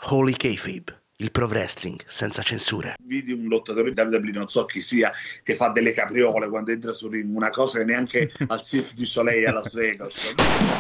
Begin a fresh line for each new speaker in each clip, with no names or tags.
Holy Kayfabe, il pro wrestling senza censure.
Vidi un lottatore di WWE, non so chi sia, che fa delle capriole quando entra sul ring, una cosa che neanche al Cirque du Soleil a Las Vegas.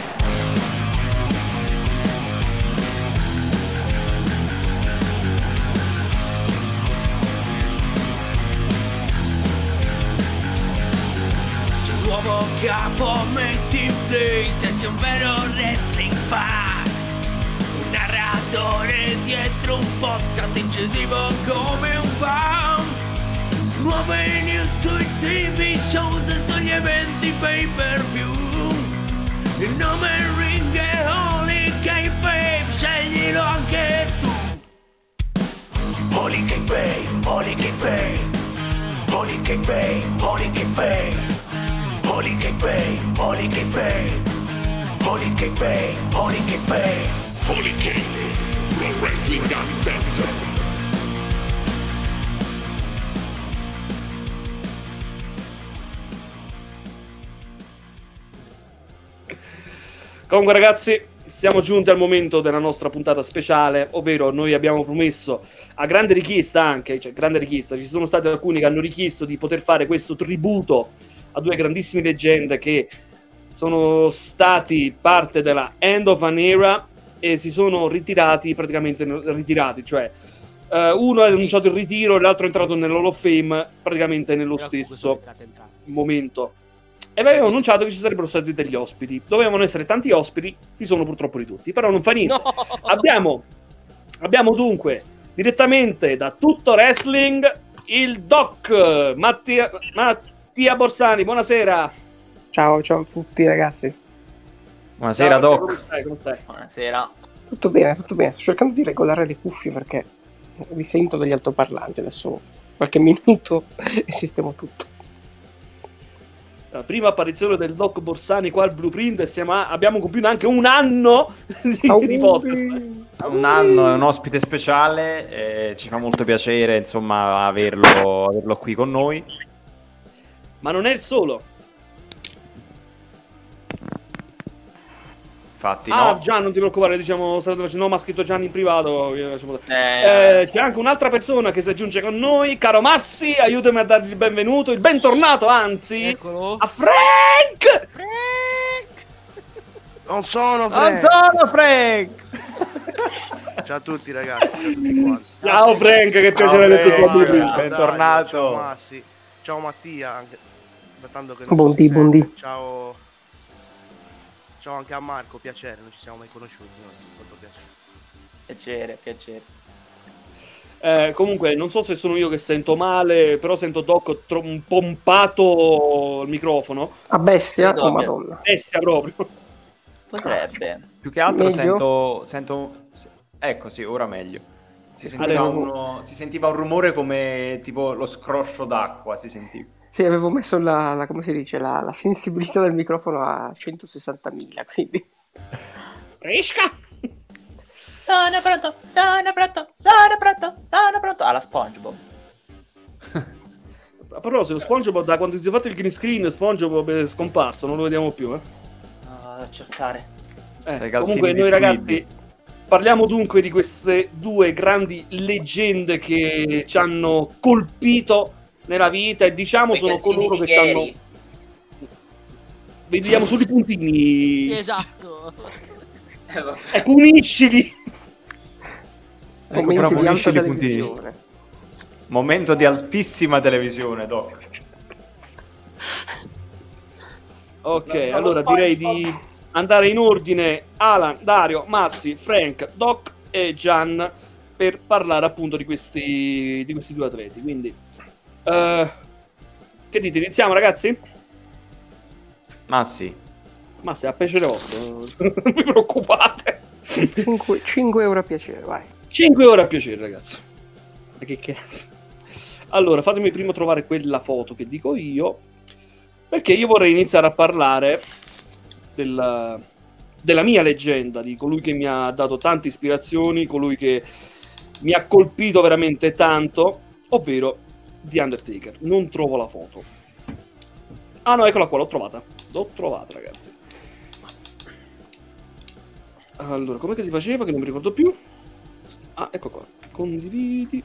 Nuovo capo, metti in play, se sei un vero wrestling fan, un narratore dietro un podcast incisivo come un fan, nuove news sui TV shows e sugli eventi pay per view, il nome ring è Holy Kayfabe, sceglilo anche tu. Holy Kayfabe, Holy Kayfabe, Holy Kayfabe, Holy Kayfabe, Holy Kayfabe, Holy Kayfabe, Holy Kayfabe, Holy Kayfabe, Holy Kayfabe, Pro Wrestling Uncensored.
Comunque ragazzi, siamo giunti al momento della nostra puntata speciale, ovvero noi abbiamo promesso, a grande richiesta anche, cioè grande richiesta, ci sono stati alcuni che hanno richiesto di poter fare questo tributo a due grandissime leggende che sono stati parte della End of an Era e si sono ritirati, cioè uno ha annunciato il ritiro e l'altro è entrato nell'Hall of Fame praticamente nello stesso momento. E avevano annunciato che ci sarebbero stati degli ospiti. Dovevano essere tanti ospiti, si sono purtroppo ridotti, però non fa niente. No! Abbiamo dunque direttamente da Tutto Wrestling il Doc Mattia Borsani, buonasera.
Ciao a tutti ragazzi.
Buonasera. Ciao, Doc.
Come stai?
Buonasera.
Tutto bene. Sto cercando di regolare le cuffie perché vi sento dagli altoparlanti. Adesso qualche minuto e sistemo tutto.
La prima apparizione del Doc Borsani qua al Blueprint e abbiamo compiuto anche un anno di podcast.
Un anno, è un ospite speciale, ci fa molto piacere insomma averlo qui con noi.
Ma non è il solo.
Infatti no.
Già, non ti preoccupare, diciamo, no, ma ha scritto Gianni in privato. C'è anche un'altra persona che si aggiunge con noi, caro Massi, aiutami a dargli il benvenuto, il bentornato, anzi,
eccolo,
a Frank!
Non sono Frank! Ciao a tutti ragazzi,
ciao Frank, che piacere averti qua.
Bentornato.
Ciao Massi, ciao Mattia, anche
Buondì.
Ciao anche a Marco, piacere, non ci siamo mai conosciuti, molto
piacere.
Comunque non so se sono io che sento male, però sento Doc pompato il microfono.
A bestia? Oh madonna.
Bestia proprio.
Potrebbe. Più che altro sento... Ecco, sì, ora meglio. Si sentiva un rumore come tipo lo scroscio d'acqua, si sentiva.
Sì, avevo messo la come si dice, la sensibilità del microfono a 160.000, quindi...
Fresca!
Sono pronto! Alla SpongeBob.
A proposito, SpongeBob, da quando si è fatto il green screen, SpongeBob è scomparso, non lo vediamo più,
No, vado a cercare.
Comunque noi ragazzi parliamo dunque di queste due grandi leggende che ci hanno colpito nella vita e diciamo sono coloro che stanno. Vediamo solo i puntini.
Sì, esatto.
Ecco, uniscili.
Momenti di alta televisione.
Momento di altissima televisione, Doc.
Ok, allora direi di andare in ordine: Alan, Dario, Massi, Frank, Doc e Gian, per parlare appunto di questi due atleti. Quindi che dite, iniziamo ragazzi?
Massi,
a piacere vostro, non vi preoccupate.
5 euro a piacere, vai.
5 ore a piacere ragazzi. Ma che cazzo. Allora, fatemi prima trovare quella foto che dico io, perché io vorrei iniziare a parlare della mia leggenda, di colui che mi ha dato tante ispirazioni, colui che mi ha colpito veramente tanto, ovvero The Undertaker. Non trovo la foto. Ah no, eccola qua, l'ho trovata ragazzi. Allora, com'è che si faceva, che non mi ricordo più. Ah, ecco qua. Condividi.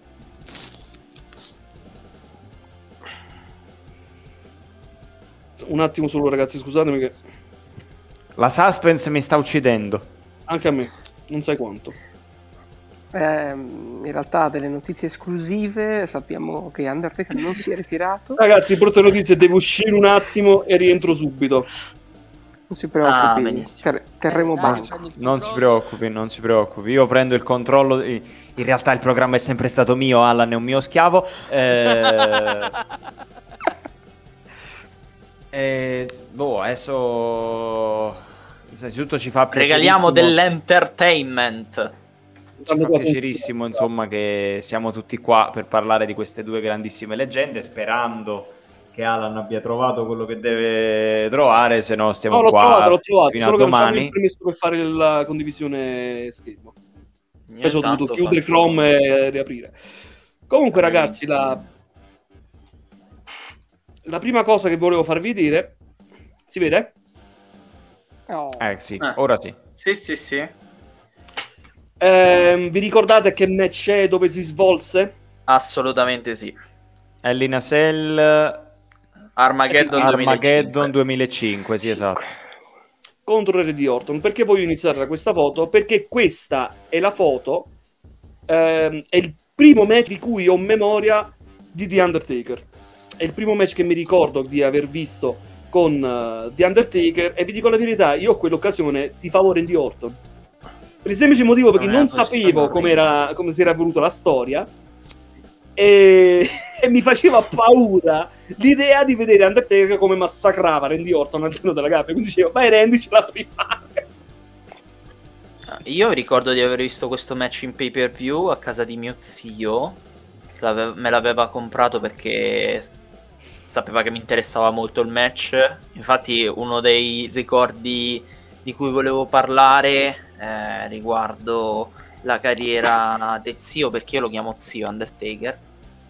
Un attimo solo, ragazzi, scusatemi che...
La suspense mi sta uccidendo.
Anche a me, non sai quanto.
In realtà delle notizie esclusive, sappiamo che Undertaker non si è ritirato.
Ragazzi, brutte notizie, devo uscire un attimo e rientro subito.
Non si preoccupi,
benissimo.
terremo banco.
Non si preoccupi. Io prendo il controllo. In realtà il programma è sempre stato mio, Alan è un mio schiavo. Adesso innanzitutto ci fa
regaliamo dell'entertainment.
Ci fa piacerissimo, insomma, che siamo tutti qua per parlare di queste due grandissime leggende, sperando che Alan abbia trovato quello che deve trovare, se no stiamo qua
l'ho trovato,
fino
solo
a
che non
domani.
il permesso per fare la condivisione schermo. Invece ho
Intanto
dovuto chiudere Chrome e riaprire. Comunque, ragazzi, la prima cosa che volevo farvi vedere, si vede?
Oh.
Sì, ora sì.
Sì.
Vi ricordate che match è dove si svolse?
Assolutamente sì.
Hell in a Cell
Armageddon
2005, sì, esatto.
Contro Randy Orton. Perché voglio iniziare da questa foto? Perché questa è la foto, è il primo match di cui ho memoria di The Undertaker. È il primo match che mi ricordo di aver visto con The Undertaker, e vi dico la verità, io a quell'occasione tifavo Randy Orton. Per il semplice motivo perché non sapevo come si era evoluta la storia e mi faceva paura l'idea di vedere Undertaker come massacrava Randy Orton all'interno della gabbia. Quindi dicevo, vai Randy, ce la devi fare.
Io ricordo di aver visto questo match in pay-per-view a casa di mio zio. Me l'aveva comprato perché sapeva che mi interessava molto il match. Infatti uno dei ricordi di cui volevo parlare riguardo la carriera del zio, perché io lo chiamo zio Undertaker,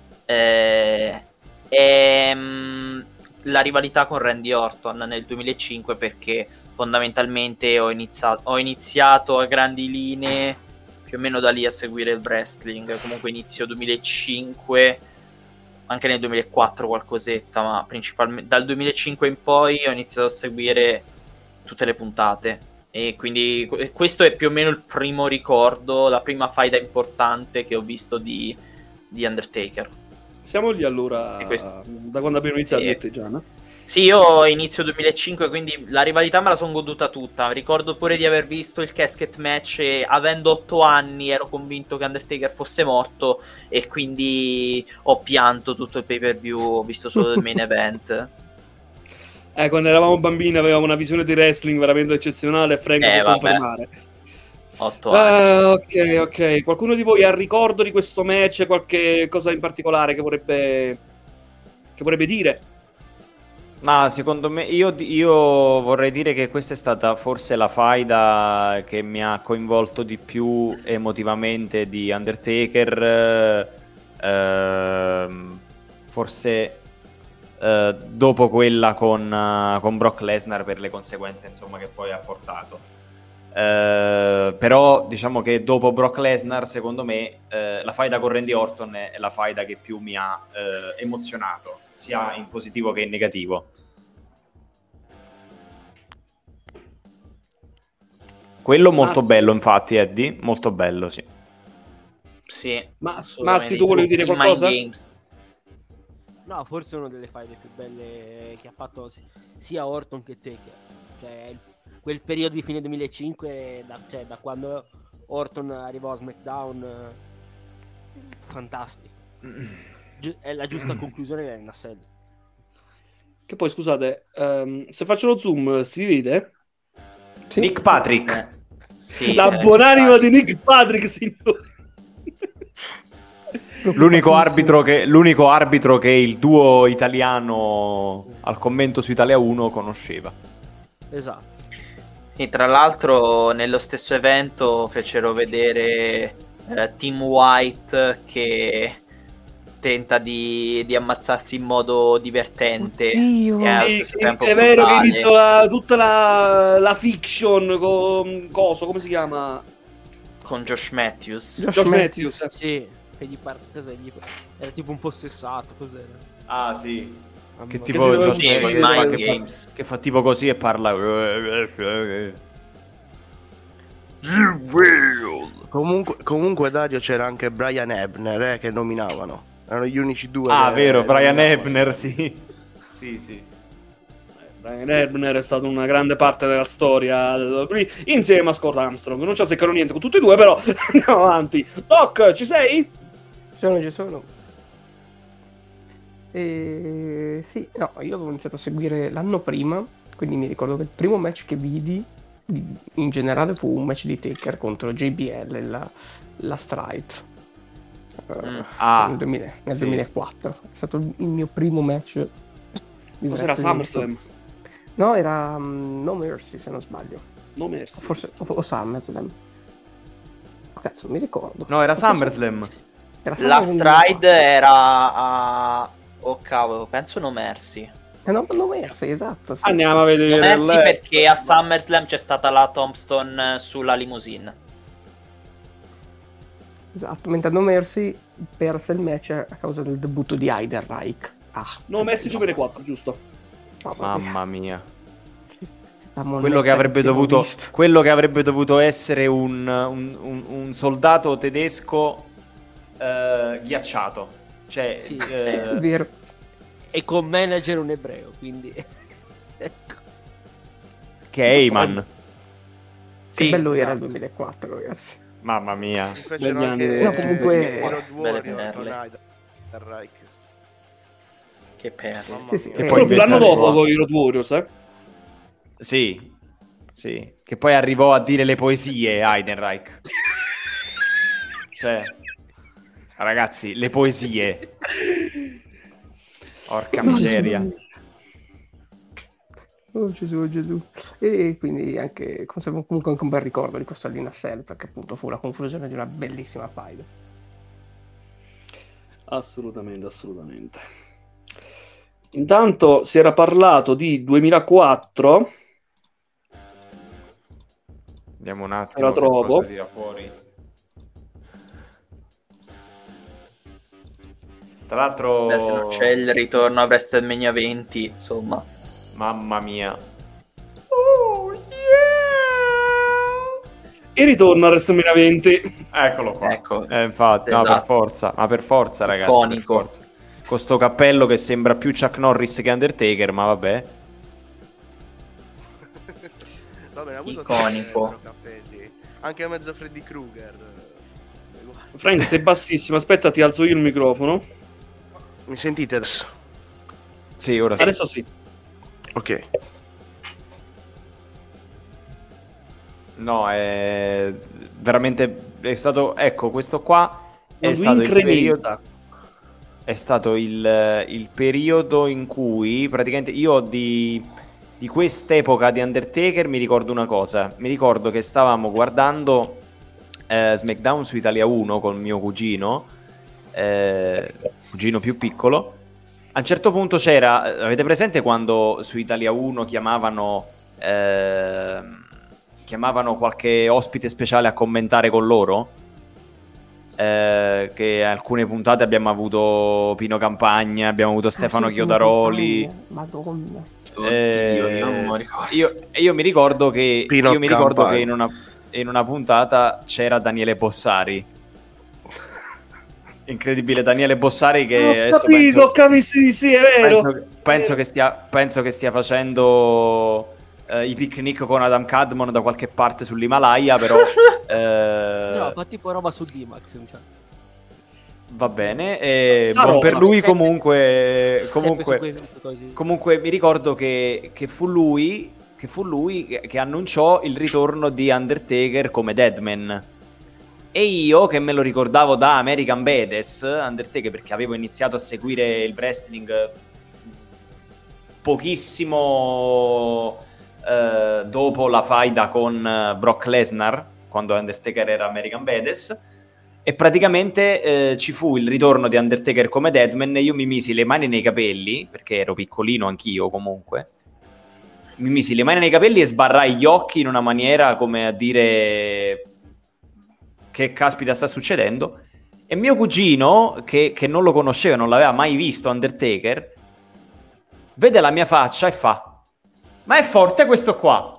la rivalità con Randy Orton nel 2005, perché fondamentalmente ho iniziato a grandi linee più o meno da lì a seguire il wrestling. Comunque inizio 2005, anche nel 2004 qualcosetta, ma principalmente dal 2005 in poi ho iniziato a seguire tutte le puntate. E quindi questo è più o meno il primo ricordo, la prima faida importante che ho visto di Undertaker.
Siamo lì allora, da quando abbiamo iniziato te già, no?
Sì, io inizio 2005, quindi la rivalità me la sono goduta tutta. Ricordo pure di aver visto il casket match e avendo 8 anni ero convinto che Undertaker fosse morto e quindi ho pianto tutto il pay-per-view, ho visto solo il main event.
Quando eravamo bambini avevamo una visione di wrestling veramente eccezionale e Frank può confermare.
8 anni.
Ok. Qualcuno di voi ha ricordo di questo match? Qualche cosa in particolare che vorrebbe dire?
Ma secondo me io vorrei dire che questa è stata forse la faida che mi ha coinvolto di più emotivamente di Undertaker, forse dopo quella con Brock Lesnar, per le conseguenze insomma che poi ha portato. Però diciamo che dopo Brock Lesnar, secondo me, la faida con Randy Orton è la faida che più mi ha emozionato, sia in positivo che in negativo. Quello molto bello, infatti, Eddie, molto bello, sì.
Sì,
Massi, tu volevi dire qualcosa?
No, forse è una delle faide più belle che ha fatto sia Orton che Taker. Cioè, quel periodo di fine 2005, da quando Orton arrivò a SmackDown, fantastico. È la giusta conclusione della Cell.
Che poi, scusate, se faccio lo zoom si vede?
Sì. Nick Patrick.
Sì,
la buonanima di Nick Patrick, signore.
L'unico arbitro che il duo italiano al commento su Italia 1 conosceva.
Esatto.
E tra l'altro nello stesso evento fecero vedere Tim White che tenta di ammazzarsi in modo divertente.
È vero che iniziò tutta la fiction con coso, come si chiama?
Con Josh Matthews.
Josh Matthews.
Sì, che era tipo un possessato, cos'era?
Ah, sì.
Mamma
Che
mia.
tipo
si doveva
Josh
uccidere.
Matthews
Mind
che
Games.
che fa tipo così e parla.
Comunque Dario, c'era anche Brian Ebner che nominavano. Erano gli unici due.
Ah,
che
vero, Brian
nominavano.
Ebner, sì. Sì.
Brian Ebner è stato una grande parte della storia insieme a Scott Armstrong. Non ci azzeccano niente con tutti e due, però andiamo avanti. Doc, ci sei?
Ci sono. Sì, no, io avevo iniziato a seguire l'anno prima, quindi mi ricordo che il primo match che vidi in generale fu un match di Taker contro JBL, la Stride. Nel 2004. È stato il mio primo match di
Cos'era,
wrestling.
SummerSlam?
No, era No Mercy, se non sbaglio.
No mercy.
Forse o SummerSlam. Oh, cazzo, mi ricordo.
No, era
Forse-
SummerSlam.
era
La
SummerSlam
Stride era a... Oh cavolo, penso No Mercy.
No Mercy, esatto. Sì.
Andiamo a vedere.
No Mercy perché a SummerSlam c'è stata la Tombstone sulla limousine.
Esatto, mentre No Mercy perse il match a causa del debutto di Heidenreich.
No mercy giocare 4, giusto?
Mamma mia.
La
Quello
monnezza
che avrebbe
abbiamo
dovuto,
visto.
quello che avrebbe dovuto essere un soldato tedesco ghiacciato. Cioè,
Sì,
È vero.
E con manager un ebreo, quindi... ecco.
che è Heyman.
Sì,
Che bello era il
esatto.
2004, ragazzi.
Mamma mia.
Si fecero
Begli
anche
anni.
No, comunque-
Road
Belle
Warrior con
perle.
Heidenreich.
Che perle.
Mamma
Sì, sì,
mia.
Che
eh,
poi invece
l'anno dopo
arrivò-
con i Road Warriors,
Sì. Che poi arrivò a dire le poesie Heidenreich. Cioè, ragazzi, le poesie. Porca miseria.
Oh Gesù. E quindi anche conservo comunque anche un bel ricordo di questo Hell in a Cell, perché appunto fu la conclusione di una bellissima faida.
Assolutamente. Intanto si era parlato di 2004.
Vediamo un attimo
La trovo.
che cosa tira fuori. Tra l'altro,
Adesso non c'è il ritorno a WrestleMania 20, insomma.
mamma mia.
E ritorno a WrestleMania 20.
Eccolo qua.
Ecco.
Infatti, no,
Esatto.
per forza, ragazzi.
Iconico.
Per forza. Con sto cappello che sembra più Chuck Norris che Undertaker, ma vabbè.
Vabbè, ha avuto
Iconico.
tanti cappelli. Anche a mezzo Freddy Krueger.
Frank, sei bassissimo. Aspetta, ti alzo io il microfono.
Mi sentite adesso?
Sì, ora sì.
Adesso sì.
Ok.
No, è veramente è stato, ecco, questo qua è
Quando
stato il periodo,
incrementa.
è stato il periodo in cui praticamente io di quest'epoca di Undertaker mi ricordo una cosa. Mi ricordo che stavamo guardando SmackDown su Italia 1 con mio cugino più piccolo. A un certo punto c'era, avete presente quando su Italia 1 chiamavano qualche ospite speciale a commentare con loro? Che alcune puntate abbiamo avuto Pino Campagna, abbiamo avuto Stefano
sì,
Chiodaroli.
Madonna.
Oddio, io non mi ricordo.
Io mi ricordo che
Pino
io mi ricordo che
Campagna.
in una puntata c'era Daniele Bossari. Incredibile, Daniele Bossari che
Ho
adesso
capito, ho capito, sì, è vero.
penso che stia facendo i picnic con Adam Cadmon da qualche parte sull'Himalaya, però
No, fa tipo roba su D-Max, mi sa.
va bene.
Sarò,
Buon per
ma
lui
sempre-
comunque.
Sempre su quei cosi.
Comunque mi ricordo che fu lui che annunciò il ritorno di Undertaker come Deadman. E io, che me lo ricordavo da American Badass, Undertaker, perché avevo iniziato a seguire il wrestling pochissimo dopo la faida con Brock Lesnar, quando Undertaker era American Badass, e praticamente ci fu il ritorno di Undertaker come Deadman e io mi misi le mani nei capelli, perché ero piccolino anch'io comunque, mi misi le mani nei capelli e sbarrai gli occhi in una maniera come a dire che caspita sta succedendo, e mio cugino, che non lo conosceva, non l'aveva mai visto Undertaker, vede la mia faccia e fa: ma è forte questo qua.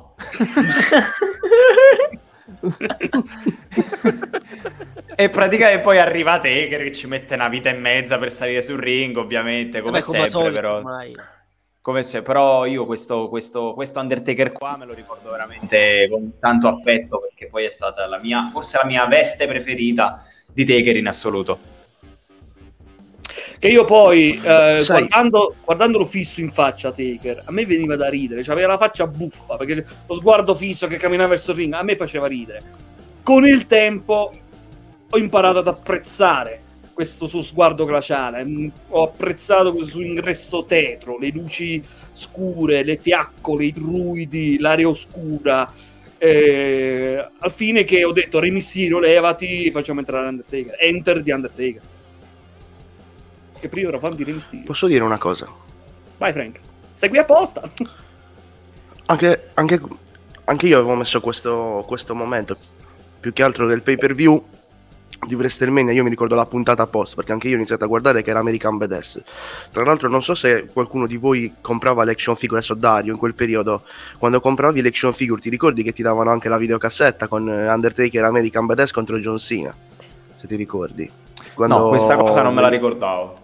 E praticamente poi arriva Taker che ci mette una vita e mezza per salire sul ring, ovviamente, come sempre,
solito,
però
ormai.
però io questo Undertaker qua me lo ricordo veramente con tanto affetto, perché poi è stata forse la mia veste preferita di Taker in assoluto.
Che io poi, guardandolo fisso in faccia Taker, a me veniva da ridere, cioè aveva la faccia buffa, perché lo sguardo fisso che camminava verso il ring, a me faceva ridere. Con il tempo ho imparato ad apprezzare questo suo sguardo glaciale, ho apprezzato questo suo ingresso tetro, le luci scure, le fiaccole, i druidi, l'area oscura, al fine che ho detto: Re Mysterio, levati, facciamo entrare Undertaker, enter the Undertaker. Che prima ero fan di Re Mysterio.
Posso dire una cosa?
Vai Frank, sei qui apposta.
Anche io avevo messo questo momento, più che altro del pay-per-view di WrestleMania. Io mi ricordo la puntata post, perché anche io ho iniziato a guardare, che era American Badass. Tra l'altro non so se qualcuno di voi comprava l'action figure, adesso Dario, in quel periodo, quando compravi l'action figure, ti ricordi che ti davano anche la videocassetta con Undertaker American Badass contro John Cena, se ti ricordi?
No, questa cosa non me la ricordavo.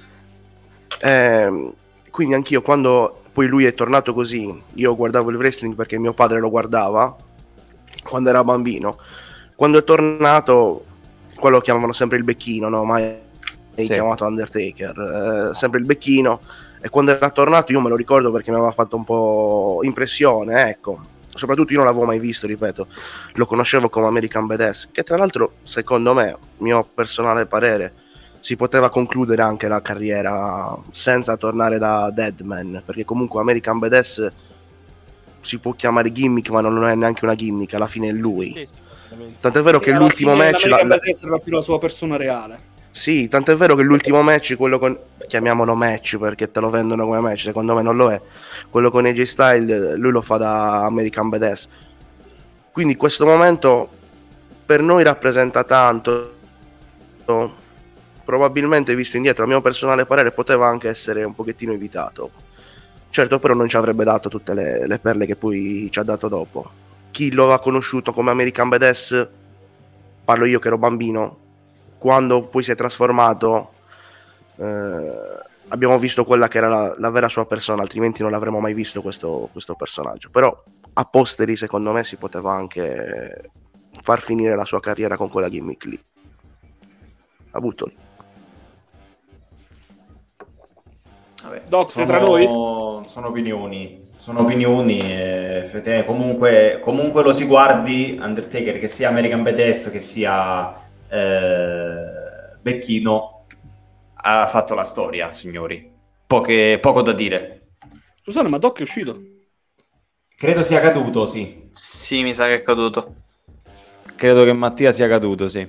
Quindi anch'io, quando poi lui è tornato così, io guardavo il wrestling perché mio padre lo guardava quando era bambino. Quando è tornato, quello lo chiamavano sempre il becchino, no? Mai chiamato Undertaker, sempre il becchino. E quando era tornato io me lo ricordo perché mi aveva fatto un po' impressione, ecco. Soprattutto io non l'avevo mai visto, ripeto, lo conoscevo come American Badass, che tra l'altro, secondo me, mio personale parere, si poteva concludere anche la carriera senza tornare da Deadman, perché comunque American Badass si può chiamare gimmick, ma non è neanche una gimmick, alla fine è lui. Tant'è vero che l'ultimo match
American Badass era più la sua persona reale.
Sì, tant'è vero che l'ultimo match, quello con, chiamiamolo match perché te lo vendono come match, secondo me non lo è, quello con AJ Styles, lui lo fa da American Badass. Quindi questo momento per noi rappresenta tanto. Probabilmente, visto indietro, a mio personale parere, poteva anche essere un pochettino evitato. Certo, però non ci avrebbe dato tutte le perle che poi ci ha dato dopo. Chi lo ha conosciuto come American Badass, parlo io che ero bambino, quando poi si è trasformato, abbiamo visto quella che era la vera sua persona, altrimenti non l'avremmo mai visto questo personaggio. Però a posteri, secondo me, si poteva anche far finire la sua carriera con quella gimmick lì. A butto lì.
Vabbè,
Doc, sei tra noi?
Sono opinioni. Comunque lo si guardi Undertaker, che sia American Badass, che sia Becchino, ha fatto la storia, signori. Poco da dire.
Scusate, ma Doc è uscito?
Credo sia caduto, sì.
Sì, mi sa che è caduto.
Credo che Mattia sia caduto, sì.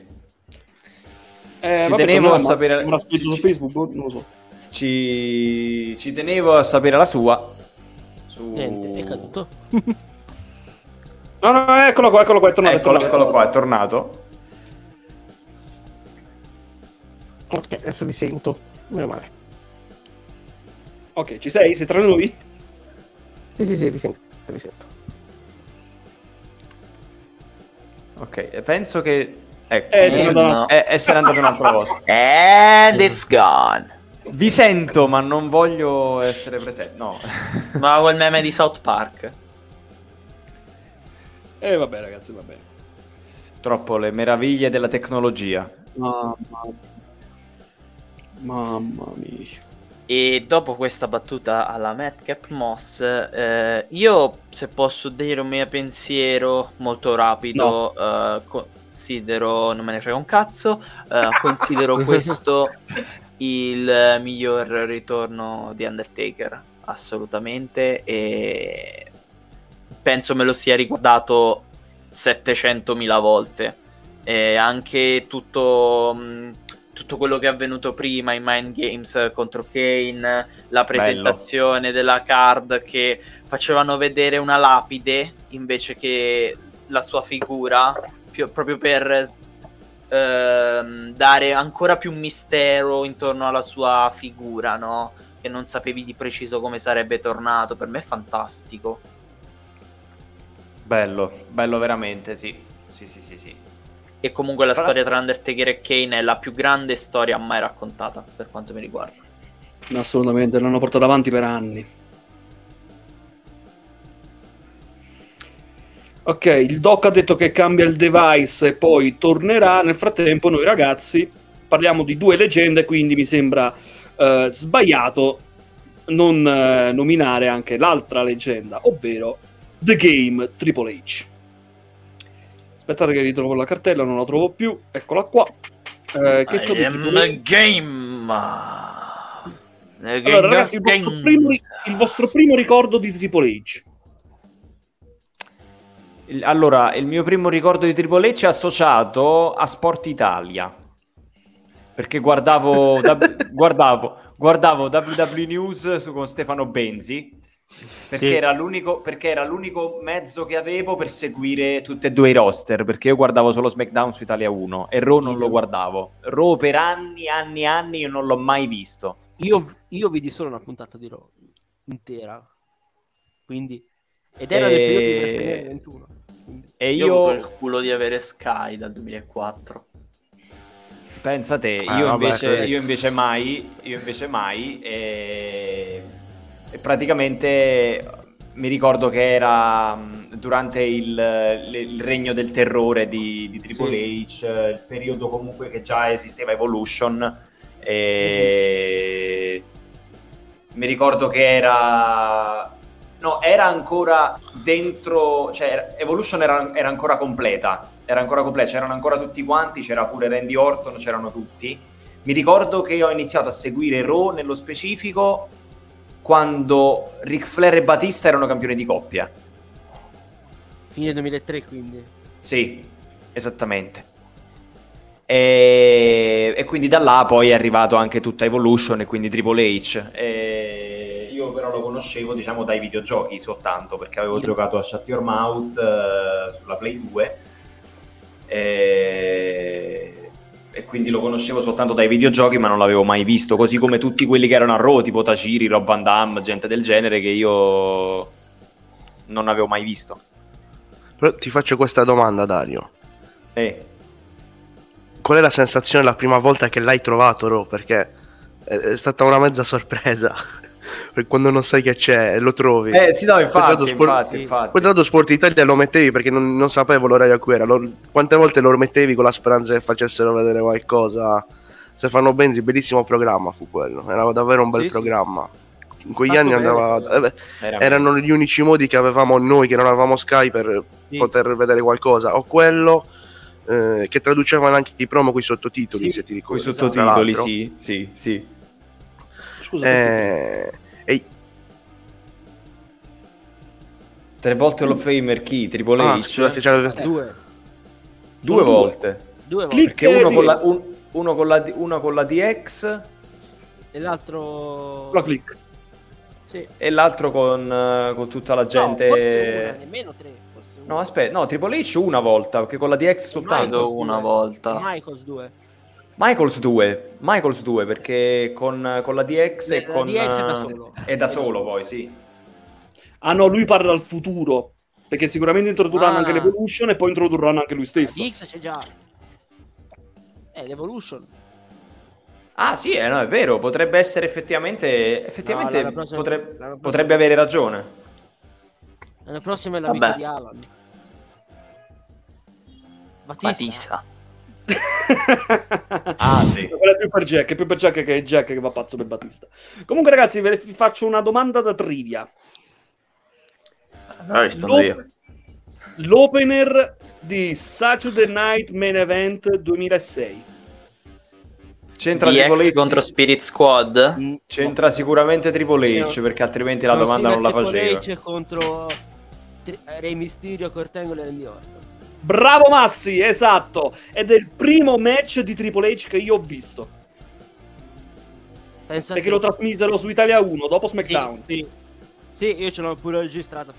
Ci tenevo a sapere.
Non su Facebook, non lo so.
Ci tenevo a sapere la sua.
Niente, è caduto.
No, eccolo qua, è tornato.
Eccolo qua, è tornato.
Ok, adesso vi sento. Meno male.
Ok, ci sei? Sei tra noi?
Sì, vi sento.
Ok, penso che
se
n'è andato un'altra volta.
And it's gone.
Vi sento, ma non voglio essere presente. No.
Ma quel meme di South Park.
Vabbè ragazzi, va bene.
Troppo le meraviglie della tecnologia.
Mamma mia.
E dopo questa battuta alla Madcap Moss, io, se posso dire un mio pensiero molto rapido, considero, non me ne frega un cazzo, considero questo il miglior ritorno di Undertaker, assolutamente, e penso me lo sia ricordato 700.000 volte. E anche tutto quello che è avvenuto prima in Mind Games contro Kane, la presentazione della card che facevano vedere una lapide invece che la sua figura, proprio per dare ancora più mistero intorno alla sua figura, no? Che non sapevi di preciso come sarebbe tornato. Per me è fantastico.
Bello veramente, sì.
E comunque la storia tra Undertaker e Kane è la più grande storia mai raccontata, per quanto mi riguarda.
Assolutamente, l'hanno portato avanti per anni. Ok, il doc ha detto che cambia il device e poi tornerà. Nel frattempo noi ragazzi parliamo di due leggende, quindi mi sembra sbagliato non nominare anche l'altra leggenda, ovvero The Game Triple H. Aspettate che ritrovo la cartella, non la trovo più, eccola qua. Che c'ho di Triple H? Allora ragazzi, il vostro primo ricordo di Triple H.
Allora, il mio primo ricordo di Triple H è associato a Sport Italia, perché guardavo WW News con Stefano Benzi, perché era l'unico mezzo che avevo per seguire tutti e due i roster, perché io guardavo solo SmackDown su Italia 1 e Raw non lo guardavo. Raw per anni io non l'ho mai visto.
Io vidi solo una puntata di Raw intera, quindi, ed era nel periodo di WrestleMania 21.
E
io ho il culo di avere Sky dal 2004.
Pensa te, io invece mai e praticamente mi ricordo che era durante il regno del terrore di Triple H, il periodo comunque che già esisteva Evolution, e mi ricordo che era ancora dentro, cioè Evolution era ancora completa, c'erano ancora tutti quanti, c'era pure Randy Orton, c'erano tutti. Mi ricordo che ho iniziato a seguire Raw nello specifico quando Ric Flair e Batista erano campioni di coppia.
Fine 2003, quindi.
Sì, esattamente. E quindi da là poi è arrivato anche tutta Evolution e quindi Triple H. Io però lo conoscevo, diciamo, dai videogiochi soltanto, perché avevo giocato a Shut Your Mouth sulla Play 2 e quindi lo conoscevo soltanto dai videogiochi, ma non l'avevo mai visto, così come tutti quelli che erano a Raw, tipo Tajiri, Rob Van Dam, gente del genere, che io non avevo mai visto.
Però ti faccio questa domanda, Dario.
Qual
è la sensazione la prima volta che l'hai trovato, Raw? Perché è stata una mezza sorpresa. Per quando non sai che c'è, lo trovi.
Sì, no, infatti.
Poi tra l'altro Sport Italia lo mettevi perché non sapevo l'orario a cui era. Quante volte lo mettevi con la speranza che facessero vedere qualcosa. Stefano Benzi, bellissimo programma fu quello. Era davvero un bel programma. In quegli anni erano gli unici modi che avevamo noi che non avevamo Sky per poter vedere qualcosa. O quello che traducevano anche i promo con i sottotitoli, se ti ricordi.
Con i sottotitoli, sì.
Scusa,
3 volte Hall of Famer chi? Triple H? Due volte. Perché uno con la DX
e l'altro
la Click.
Sì.
E l'altro con tutta la gente.
No, forse una, nemmeno 3.
No, aspetta, no, Triple H una volta, perché con la DX soltanto
una volta.
Michaels
2, perché con la DX e con
DX è da solo.
È da solo poi, sì.
Ah no, lui parla al futuro, perché sicuramente introdurranno anche l'Evolution e poi introdurranno anche lui stesso.
La DX c'è già. L'Evolution.
Ah sì, no, è vero, potrebbe essere effettivamente potrebbe avere ragione.
La prossima è l'amico di Alan.
Batista.
Ah sì.
Quella è più per Jack che è Jack che va pazzo per Batista. Comunque ragazzi, vi faccio una domanda da trivia.
Allora rispondo io.
L'opener di Saturday Night Main Event 2006
c'entra
DX contro Spirit Squad?
C'entra sicuramente Triple H, perché altrimenti la domanda non la faceva.
Triple H contro Rey Mysterio, Kurt Angle e Randy Orton.
Bravo Massi, esatto. Ed è il primo match di Triple H che io ho visto. Perché lo trasmisero su Italia 1 dopo SmackDown.
Sì, io ce l'ho pure registrata,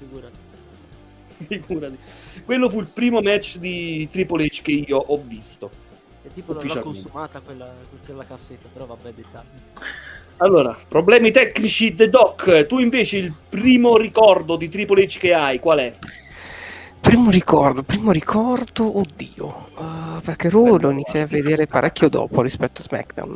figurati.
Quello fu il primo match di Triple H che io ho visto.
E tipo non l'ho
Ufficialmente.
consumata quella cassetta, però vabbè, dettagli.
Allora, problemi tecnici The Doc. Tu invece il primo ricordo di Triple H che hai, qual è?
Primo ricordo, oddio, perché Raw lo iniziai a vedere parecchio dopo rispetto a SmackDown.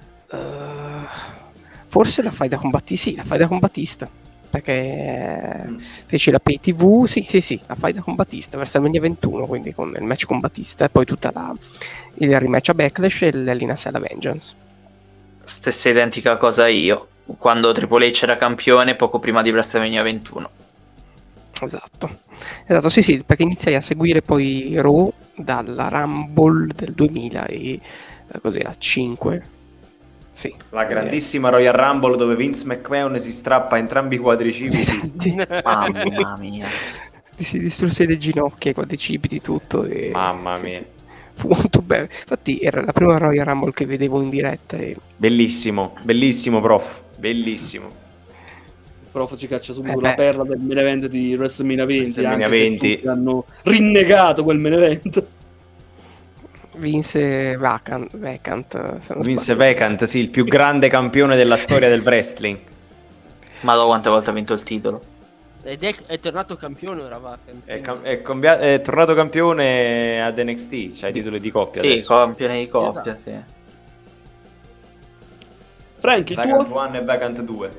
Forse la faida con Battista, perché feci la pay TV, sì, la faida con Battista, WrestleMania 21, quindi con il match con Battista e poi tutta il rematch a Backlash e l'Elina Cell Vengeance.
Stessa identica cosa io, quando Triple H era campione poco prima di WrestleMania 21.
Esatto, sì, perché iniziai a seguire poi Raw dalla Rumble del 2000 e cos'era, 5? Sì.
La grandissima Royal Rumble dove Vince McMahon si strappa entrambi i quadricipiti.
Mamma mia.
Si distrusse le ginocchia, i quadricipiti, tutto. E...
Mamma mia.
Sì. Fu molto bello. Infatti era la prima Royal Rumble che vedevo in diretta. E...
Bellissimo, prof. Bellissimo.
Prof ci caccia subito la perla del main event di WrestleMania 20,
WrestleMania
anche
20.
se tutti hanno rinnegato quel main event.
Vince Vacant.
Vince Vacant, sì, il più grande campione della storia del wrestling.
Ma da quante volte ha vinto il titolo?
Ed è tornato campione ora Vacant.
È tornato campione ad NXT, cioè i titoli di coppia.
Sì,
adesso.
campione di coppia,
Esatto.
sì.
Frank, il
Vacant
tuo?
1 e Vacant 2.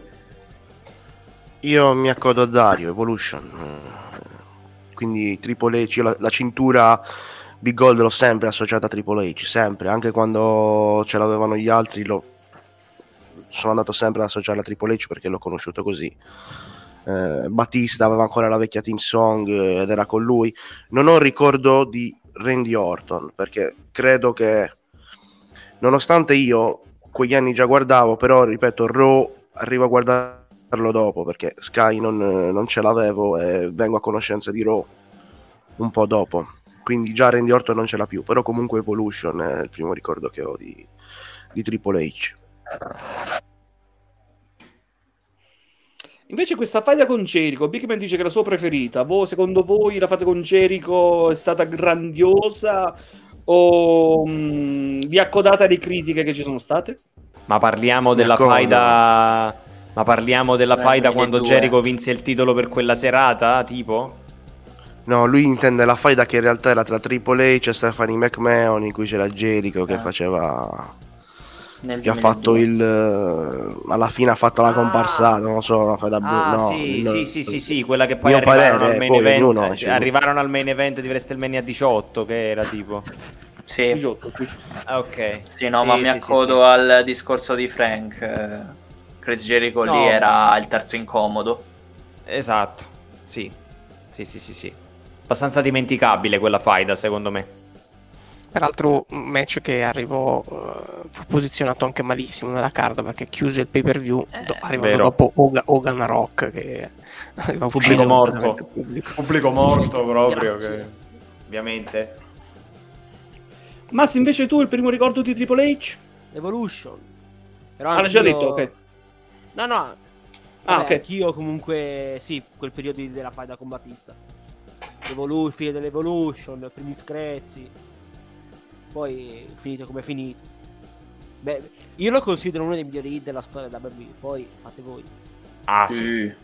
Io mi accodo a Dario, Evolution. Quindi Triple H, io la cintura Big Gold l'ho sempre associata a Triple H, sempre, anche quando ce l'avevano gli altri sono andato sempre ad associarla a Triple H perché l'ho conosciuto così. Battista aveva ancora la vecchia team song ed era con lui. Non ho ricordo di Randy Orton perché credo che, nonostante io quegli anni già guardavo, però ripeto, Raw arrivo a guardarlo dopo perché Sky non ce l'avevo e vengo a conoscenza di Raw un po' dopo, quindi già Randy Orton non ce l'ha più, però comunque Evolution è il primo ricordo che ho di Triple H.
Invece questa faida con Jericho, Big Man dice che è la sua preferita. Secondo voi la faida con Jericho è stata grandiosa o vi accodate alle critiche che ci sono state?
Ma parliamo della faida... Ma parliamo della faida quando Jericho vinse il titolo per quella serata, tipo?
No, lui intende la faida che in realtà era tra Triple H e Stephanie McMahon, in cui c'era Jericho che faceva... che ha fatto alla fine ha fatto la comparsata, non so, una faida
sì, quella che poi arrivarono al main event, arrivarono al main event di WrestleMania 18, che era tipo...
Sì.
18, sì.
Ok. Sì, no, ma mi accodo al discorso di Frank. Chris Jericho lì era il terzo incomodo.
Esatto, sì. Abbastanza dimenticabile quella faida, secondo me.
Peraltro un match che arrivò fu posizionato anche malissimo nella card perché chiuse il pay per view arrivando dopo Hogan Rock che aveva
pubblico morto proprio che, ovviamente.
Massi, invece tu il primo ricordo di Triple H?
Evolution. Però
l'hai già detto, ok.
No.
Ok.
Anch'io comunque sì, quel periodo della faida con Battista. Fine dell'Evolution, primi screzi. Poi finito come è finito. Beh, io lo considero uno dei migliori hit della storia da WWE, poi fate voi.
Ah sì.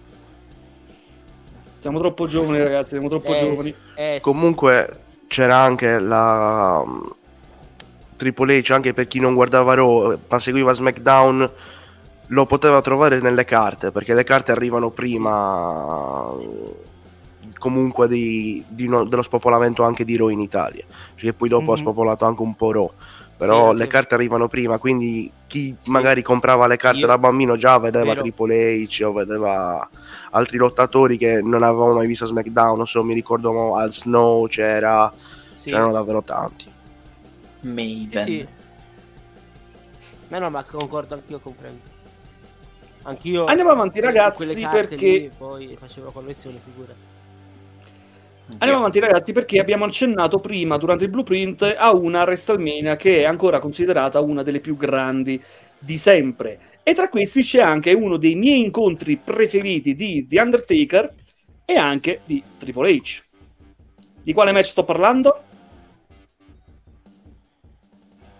Siamo troppo giovani, ragazzi, siamo troppo giovani.
Sì. Comunque c'era anche la Triple H, anche per chi non guardava Raw ma seguiva SmackDown, lo poteva trovare nelle carte, perché le carte arrivano prima comunque dello spopolamento anche di Raw in Italia, perché poi dopo ha spopolato anche un po' Raw, però le carte arrivano prima, quindi chi magari comprava le carte da bambino già vedeva Triple H o vedeva altri lottatori che non avevamo mai visto a SmackDown. Non so, mi ricordo Al Snow c'erano davvero tanti.
Maven.
Sì. No, ma concordo anch'io con Frank. Anch'io
andiamo avanti, ragazzi, perché
lì, poi facevo collezione, figura.
Andiamo avanti, ragazzi, perché abbiamo accennato prima durante il blueprint a una WrestleMania che è ancora considerata una delle più grandi di sempre, e tra questi c'è anche uno dei miei incontri preferiti di The Undertaker e anche di Triple H. Di quale match sto parlando?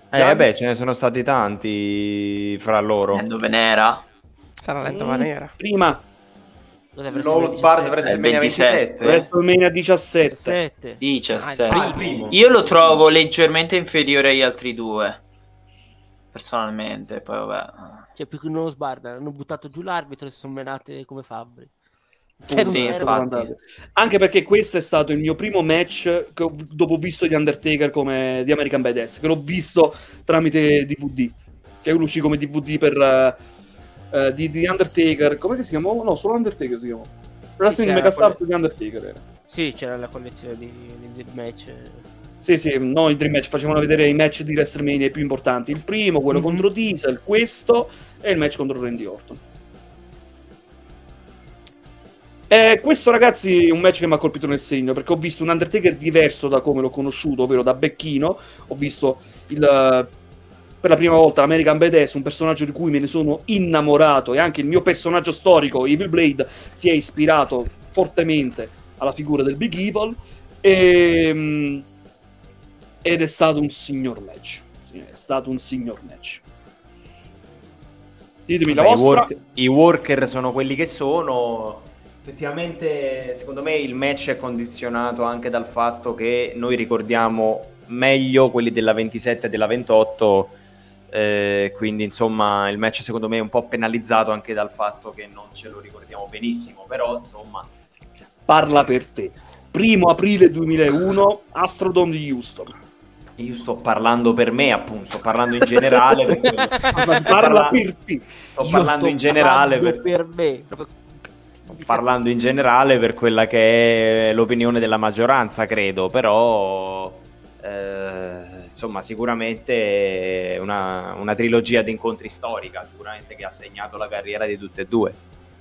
Vabbè, ce ne sono stati tanti fra loro.
Dove ne era?
Sarà lento ma nera.
Prima
L'All Star WrestleMania 27.
WrestleMania 17.
17.
primo.
Io lo trovo leggermente inferiore agli altri due. Personalmente, poi vabbè.
Cioè, più che uno sbarda, hanno buttato giù l'arbitro e si sono menate come fabbri.
Sì, infatti.
Anche perché questo è stato il mio primo match dopo ho visto gli Undertaker come di American Badass, che l'ho visto tramite DVD, che uscì come DVD per di Undertaker. Come si chiamava? No, solo Undertaker si chiamava. Wrestling Megastars di Undertaker era.
Sì, c'era la collezione di match.
Sì, no, i Dream Match facevano vedere i match di WrestleMania più importanti. Il primo, quello contro Diesel, questo e il match contro Randy Orton. Questo, ragazzi, è un match che mi ha colpito nel segno, perché ho visto un Undertaker diverso da come l'ho conosciuto, ovvero da becchino. Ho visto per la prima volta l'American Badass, un personaggio di cui me ne sono innamorato, e anche il mio personaggio storico, Evil Blade, si è ispirato fortemente alla figura del Big Evil, ed è stato un signor match. Sì, è stato un signor match. Ditemi la vostra.
I worker sono quelli che sono. Effettivamente, secondo me, il match è condizionato anche dal fatto che noi ricordiamo meglio quelli della 27 e della 28, quindi insomma il match secondo me è un po' penalizzato anche dal fatto che non ce lo ricordiamo benissimo, però insomma...
Parla per te. 1 aprile 2001, Astrodome di Houston.
Io sto parlando per me, appunto, sto parlando in generale. Perché
Parla per te.
Sto parlando in generale
per me.
Parlando in generale per quella che è l'opinione della maggioranza, credo, però insomma sicuramente una trilogia di incontri storica, sicuramente, che ha segnato la carriera di tutte e due.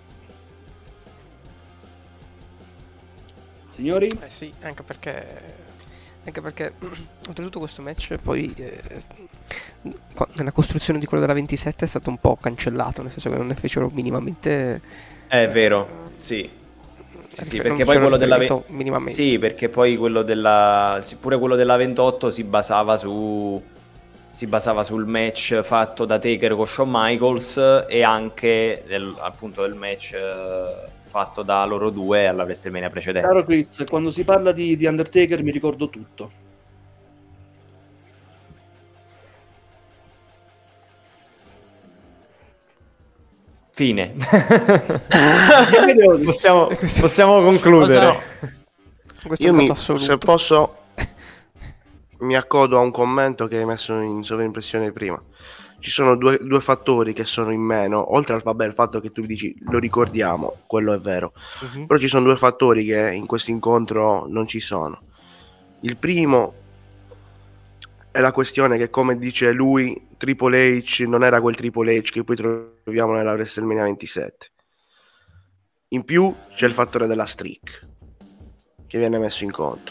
Signori?
Sì, anche perché oltretutto questo match poi nella costruzione di quello della 27 è stato un po' cancellato, nel senso che non ne fecero minimamente.
È vero, sì, perché poi quello della
minimamente.
Sì, perché poi quello pure quello della 28 si basava sul match fatto da Taker con Shawn Michaels, e anche appunto del match fatto da loro due alla WrestleMania precedente.
Caro Chris, quando si parla di Undertaker mi ricordo tutto.
Fine. possiamo concludere.
Io se posso mi accodo a un commento che hai messo in sovraimpressione prima. Ci sono due fattori che sono in meno, oltre al il fatto che tu dici lo ricordiamo, quello è vero, però ci sono due fattori che in questo incontro non ci sono. Il primo è la questione che, come dice lui, Triple H non era quel Triple H che poi troviamo nella WrestleMania 27. In più c'è il fattore della streak che viene messo in conto,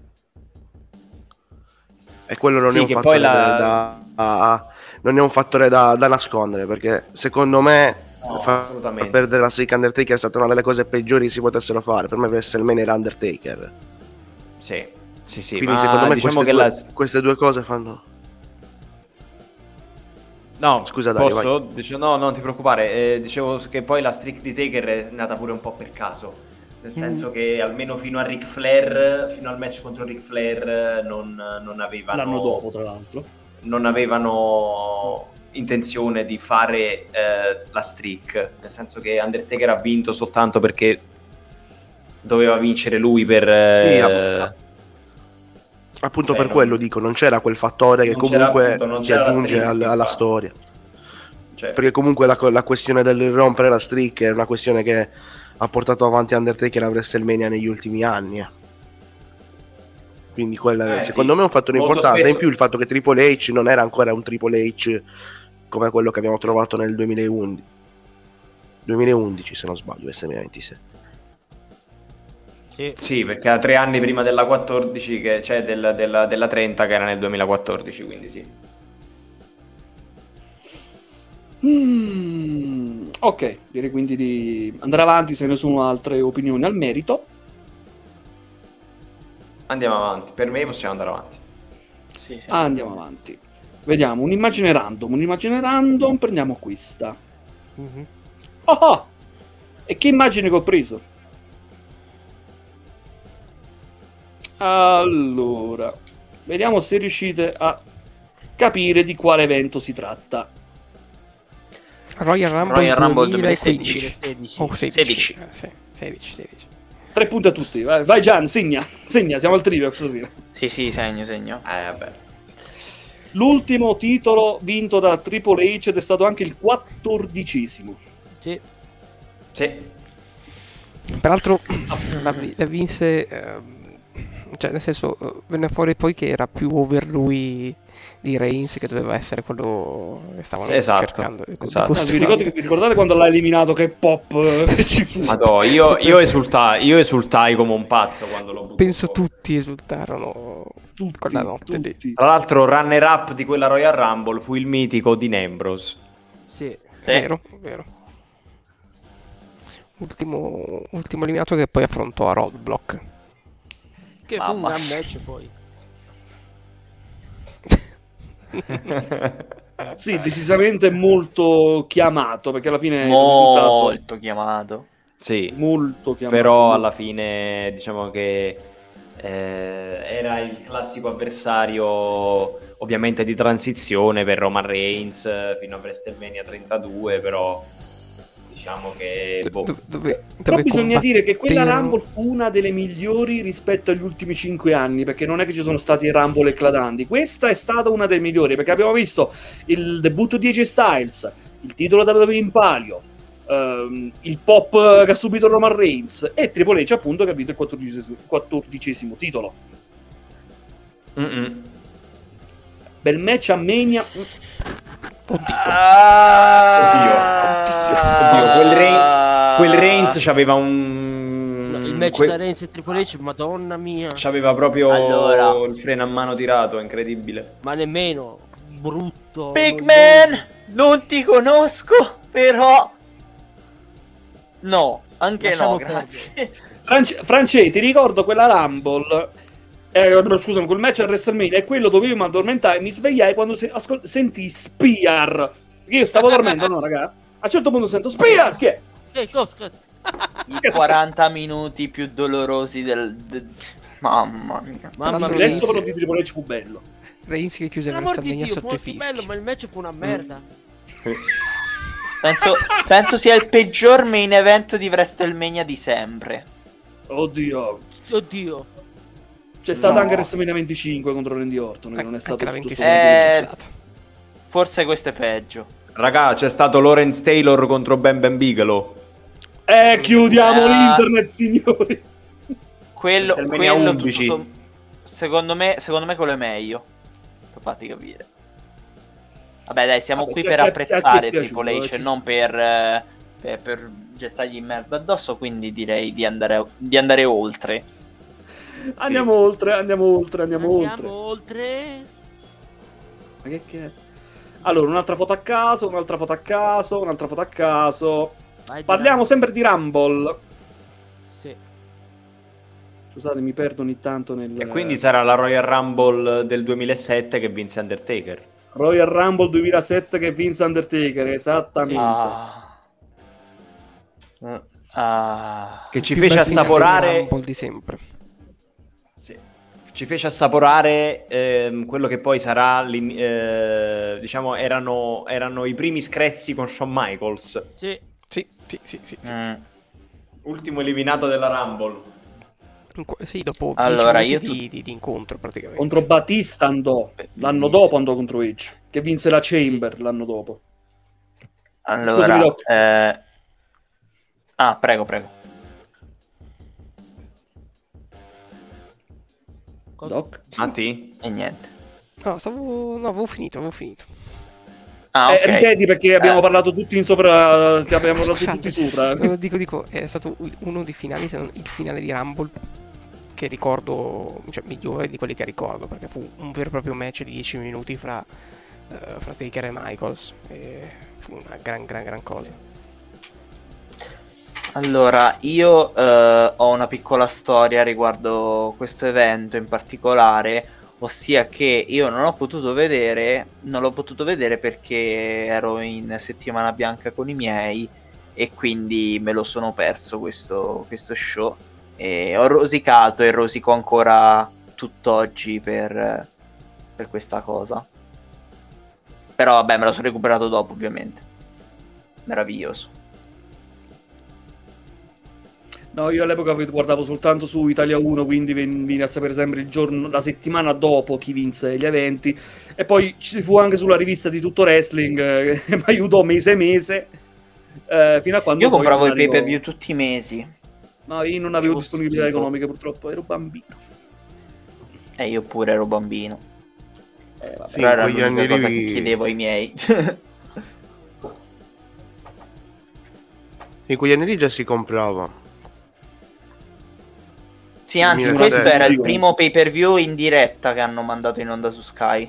e quello non è un fattore non è un fattore da nascondere, perché secondo me far perdere la streak Undertaker è stata una delle cose peggiori che si potessero fare. Per me WrestleMania era Undertaker.
Sì.
Quindi secondo me diciamo queste due cose fanno.
No,
scusa,
posso? No, non ti preoccupare. Dicevo che poi la streak di Taker è nata pure un po' per caso. Nel senso che almeno fino al match contro Ric Flair non avevano...
L'anno dopo, tra l'altro.
Non avevano intenzione di fare la streak. Nel senso che Undertaker ha vinto soltanto perché doveva vincere lui per...
Appunto per quello dico, non c'era quel fattore che comunque ci aggiunge alla storia. Perché comunque la questione del rompere la streak è una questione che ha portato avanti Undertaker a WrestleMania negli ultimi anni. Quindi quella secondo me è un fattore importante. In più il fatto che Triple H non era ancora un Triple H come quello che abbiamo trovato nel 2011 se non sbaglio, WrestleMania 27.
Sì, perché era 3 anni prima della 14, della 30, che era nel 2014, quindi sì.
Ok, direi quindi di andare avanti se ne sono altre opinioni al merito.
Andiamo avanti, per me possiamo andare avanti.
Sì.
Andiamo avanti. Vediamo, un'immagine random, prendiamo questa.
Mhm.
Oh, oh! E che immagine che ho preso? Allora, vediamo se riuscite a capire di quale evento si tratta.
Royal Rumble,
Royal Rumble
2015.
2016.
Oh,
16.
Sì, 16.
3 punti a tutti. Vai Gian, segna, siamo al trivia stasera.
Sì, segno.
Vabbè.
L'ultimo titolo vinto da Triple H ed è stato anche il 14esimo.
Sì.
Sì.
Peraltro la vinse, cioè nel senso venne fuori poi che era più over lui di Reigns, che doveva essere quello che stavano cercando.
Esatto.
Vi ricordate quando l'ha eliminato che pop?
Madò, io esultai come un pazzo quando l'ho buttato
Penso
fuori.
tutti esultarono quella notte lì.
tutti.
Tra l'altro runner up di quella Royal Rumble fu il mitico Dean Ambrose.
Sì.
Vero. Ultimo eliminato che poi affrontò a Roadblock.
Che fu un gran match poi.
Sì, decisamente molto chiamato, perché alla fine il risultato
Molto chiamato.
Sì,
molto chiamato.
però alla fine diciamo che era il classico avversario ovviamente di transizione per Roman Reigns fino a WrestleMania 32, però diciamo che
Però bisogna dire che quella Rumble fu una delle migliori rispetto agli ultimi 5 anni, perché non è che ci sono stati Rumble eclatanti. Questa è stata una delle migliori, perché abbiamo visto il debutto di AJ Styles, il titolo WWE in palio, il pop che ha subito Roman Reigns e Triple H appunto che ha vinto il 14esimo titolo. Bel match a Mania.
Oddio, quel Reigns c'aveva
il match da Reigns e Triple H, madonna mia.
C'aveva proprio
Allora.
il freno a mano tirato, incredibile.
Ma nemmeno brutto.
Big Man, non ti conosco, però no, anche
Lasciamo
no, grazie.
France, ti ricordo quella Rumble, no, scusami, quel match a WrestleMania è quello dove io mi addormentai e mi svegliai quando sentii Spear. Io stavo dormendo, no, ragazzi? A un certo punto sento Spear, che è?
I 40 minuti più dolorosi mamma mia.
Mamma mia.
Adesso però di Triple H fu bello.
Reigns che chiuse il
Per l'amor di
WrestleMania
Dio,
sotto
fu
i
molto
fischi.
bello, ma il match fu una merda.
Penso sia il peggior main event di WrestleMania di sempre.
Oddio. C'è
No.
stato anche WrestleMania 25 contro Randy Orton, che non è stato
Anche la
tutto
26
solo-
Forse questo è peggio.
Raga, c'è stato Lawrence Taylor contro Bam Bigelow.
Chiudiamo l'internet, signori.
Quello
WrestleMania 11.
secondo me quello è meglio. Per farti capire. Vabbè, dai, siamo
Vabbè,
qui
c'è
per
chi è
apprezzare
piaciuto,
Triple H
ci
e non per gettargli merda addosso, quindi direi di andare oltre.
Andiamo oltre.
Andiamo oltre.
Ma che è? Allora, un'altra foto a caso.
Vai,
Parliamo sempre di Rumble.
Sì.
Scusate, mi perdo ogni tanto nel...
E quindi sarà la Royal Rumble del 2007 che vinse Undertaker.
Royal Rumble 2007 che vinse Undertaker, esattamente.
Che ci
Più
fece
bel finale
assaporare...
Rumble di sempre.
Sì. Ci fece assaporare quello che poi sarà, diciamo, erano i primi screzi con Shawn Michaels.
Sì.
Sì.
Ultimo eliminato della Rumble.
Sì, dopo
Allora,
10 minuti di incontro praticamente.
Contro Batista andò. L'anno dopo andò contro Edge, che vinse la Chamber l'anno dopo.
Allora,
Doc.
prego.
Doc?
Matti?
E niente.
No, avevo finito.
Ok.
Ripeti perché abbiamo parlato tutti in sopra. Che abbiamo parlato
Scusate.
tutti sopra.
Dico, è stato uno dei finali, se non il finale di Rumble, che ricordo, cioè migliore di quelli che ricordo, perché fu un vero e proprio match di 10 minuti fra Taker e Michaels. E fu una gran cosa.
Allora, io ho una piccola storia riguardo questo evento in particolare, ossia che io non l'ho potuto vedere perché ero in settimana bianca con i miei e quindi me lo sono perso questo show, e ho rosicato e rosico ancora tutt'oggi per questa cosa. Però vabbè, me lo sono recuperato dopo, ovviamente. Meraviglioso.
No, io all'epoca guardavo soltanto su Italia 1, quindi veni a sapere sempre il giorno, la settimana dopo chi vinse gli eventi. E poi ci fu anche sulla rivista di Tutto Wrestling, che mi aiutò mese a mese, fino a quando
io compravo
il
i pay-per-view tutti i mesi.
No, io non avevo
Facevo
disponibilità
schifo.
economiche, purtroppo, ero bambino.
Io pure ero bambino.
Vabbè.
Sì,
Però era
quegli
l'unica
anni
cosa
lì-
che chiedevo ai miei.
In quegli anni lì già si comprava.
Sì, anzi,
2007.
questo era il primo pay-per-view in diretta che hanno mandato in onda su Sky.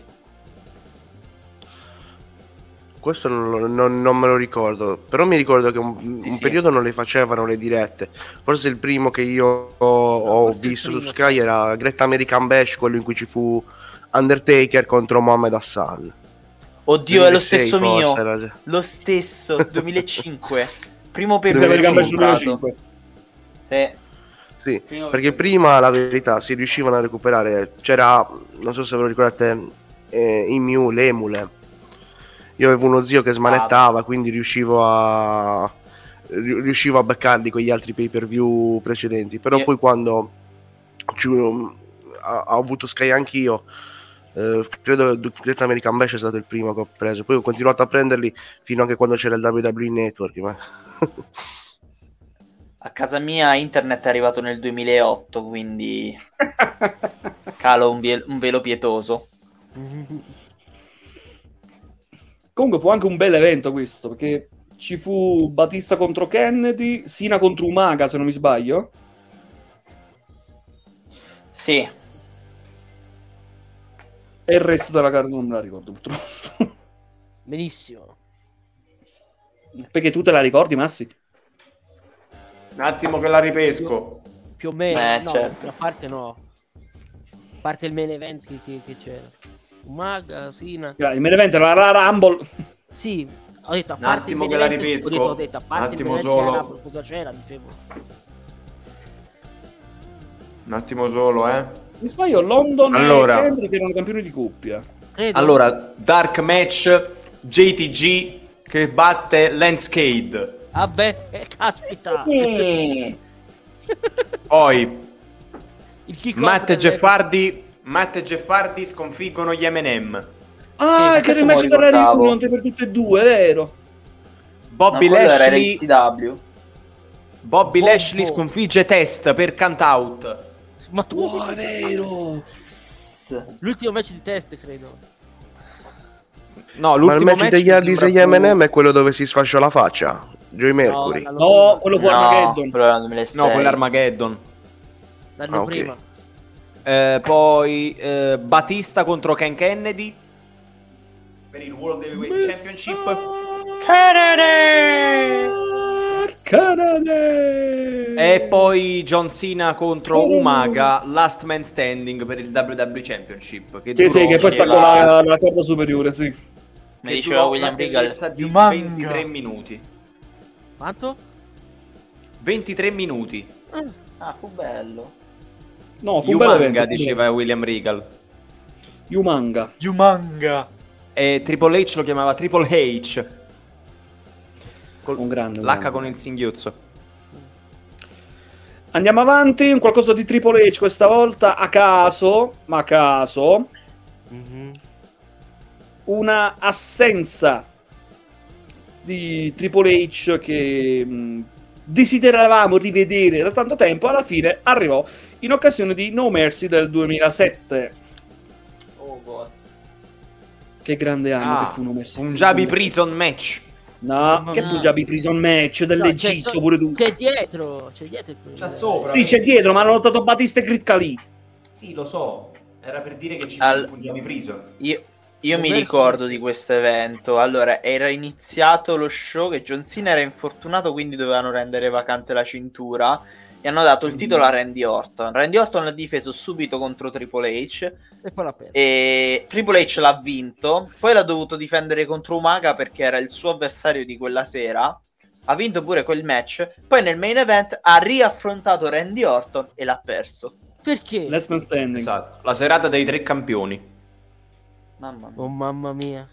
Questo non me lo ricordo, però mi ricordo che un
Sì.
periodo non le facevano le dirette. Forse il primo che io ho
forse il
visto su
primo,
Sky
sì.
era Great American Bash, quello in cui ci fu Undertaker contro Mohamed Hassan.
Oddio, è lo
2006
stesso mio.
forse era-
Lo stesso, 2005. Primo
Per
pay-per-view
American Bash
comprato.
2005.
Sì.
Sì,
Primo
perché prima la verità si riuscivano a recuperare, c'era, non so se ve lo ricordate, in l'emule. Io avevo uno zio che smanettava, quindi riuscivo a beccarli con gli altri pay-per-view precedenti. Però
Io-
poi quando ho avuto Sky anch'io, credo che Great American Bash è stato il primo che ho preso. Poi ho continuato a prenderli fino a che quando c'era il WWE Network. Ma...
A casa mia internet è arrivato nel 2008, quindi calo un velo pietoso.
Comunque fu anche un bel evento questo, perché ci fu Batista contro Kennedy, Sina contro Umaga, se non mi sbaglio.
Sì,
E il resto della carta non me la ricordo, purtroppo.
Benissimo.
Perché tu te la ricordi, Massi?
Un attimo che la ripesco.
Più o meno. No,
certo.
a parte no. A parte il main event che c'era. Umaga, Sina.
Il main event era la Rumble.
Sì, ho detto a
Un
parte il
attimo
main
che la
event,
ripesco.
ho detto a parte
Un
il
attimo
main event
solo.
che era, cosa c'era, dicevo.
Un attimo solo,
Mi sbaglio, London
Allora.
e Kendrick erano campioni di coppia.
Credo.
Allora, Dark Match JTG che batte Landscade.
Vabbè, caspita.
Poi
Il kick
Matt e Jeff Hardy sconfiggono gli M&M.
Ah,
Sì,
che era il
questo
match
me lo
della
ricordavo.
reunion per tutte e due, è vero.
Bobby
no, quello era
Lashley,
l'STW.
Bobby
Boh,
Lashley
boh.
sconfigge Test per count out.
Ma tu
Wow, è vero.
l'ultimo match di test, credo.
No,
Ma il
l'ultimo
match
match
degli
mi
Hardys e
sembra
gli
più-
M&M è quello dove si sfascia la faccia. Joey Mercury.
l'anno
No,
prima.
quello fu
No,
Armageddon.
quello era 2006.
No, quello è Armageddon.
L'anno
ok.
prima.
Poi Batista contro Ken Kennedy per il World Heavyweight Championship.
Canada.
E poi John Cena contro Umaga, Last Man Standing per il WWE Championship. Che
Sì,
durò-
che poi sta con la corda superiore, sì.
Mi
che
diceva
durò
William
la
Regal.
bellezza di
Umanga.
23 minuti.
Quanto?
23 minuti.
Ah, fu bello.
No, fu un bel evento.
Umanga, diceva William Regal.
Umanga.
Umanga.
E Triple H lo chiamava Triple H.
Un grande.
L'H con il singhiozzo.
Andiamo avanti, un qualcosa di Triple H questa volta a caso, ma a caso, una assenza di Triple H che desideravamo rivedere da tanto tempo, alla fine arrivò in occasione di No Mercy del 2007.
Oh god.
Che grande anno che fu No Mercy.
Punjabi Prison Match.
No,
Mamma
che
mia.
Punjabi Prison Match
No,
dell'Egitto
c'è
pure tu.
C'è dietro il
C'è sopra.
Sì, c'è dietro, ma hanno lottato Batista e Great Khali.
Sì, lo so. Era per dire che ci
Al-
fu Punjabi Prison.
Io mi ricordo di questo evento. Allora, era iniziato lo show che John Cena era infortunato, quindi dovevano rendere vacante la cintura. e hanno dato il titolo a Randy Orton. Randy Orton l'ha difeso subito contro Triple H
E poi l'ha perso.
e Triple H l'ha vinto, poi l'ha dovuto difendere contro Umaga perché era il suo avversario di quella sera, ha vinto pure quel match, poi nel main event ha riaffrontato Randy Orton e l'ha perso.
Perché?
Last man standing.
Esatto, la serata dei 3 campioni.
Mamma mia.
Oh mamma mia.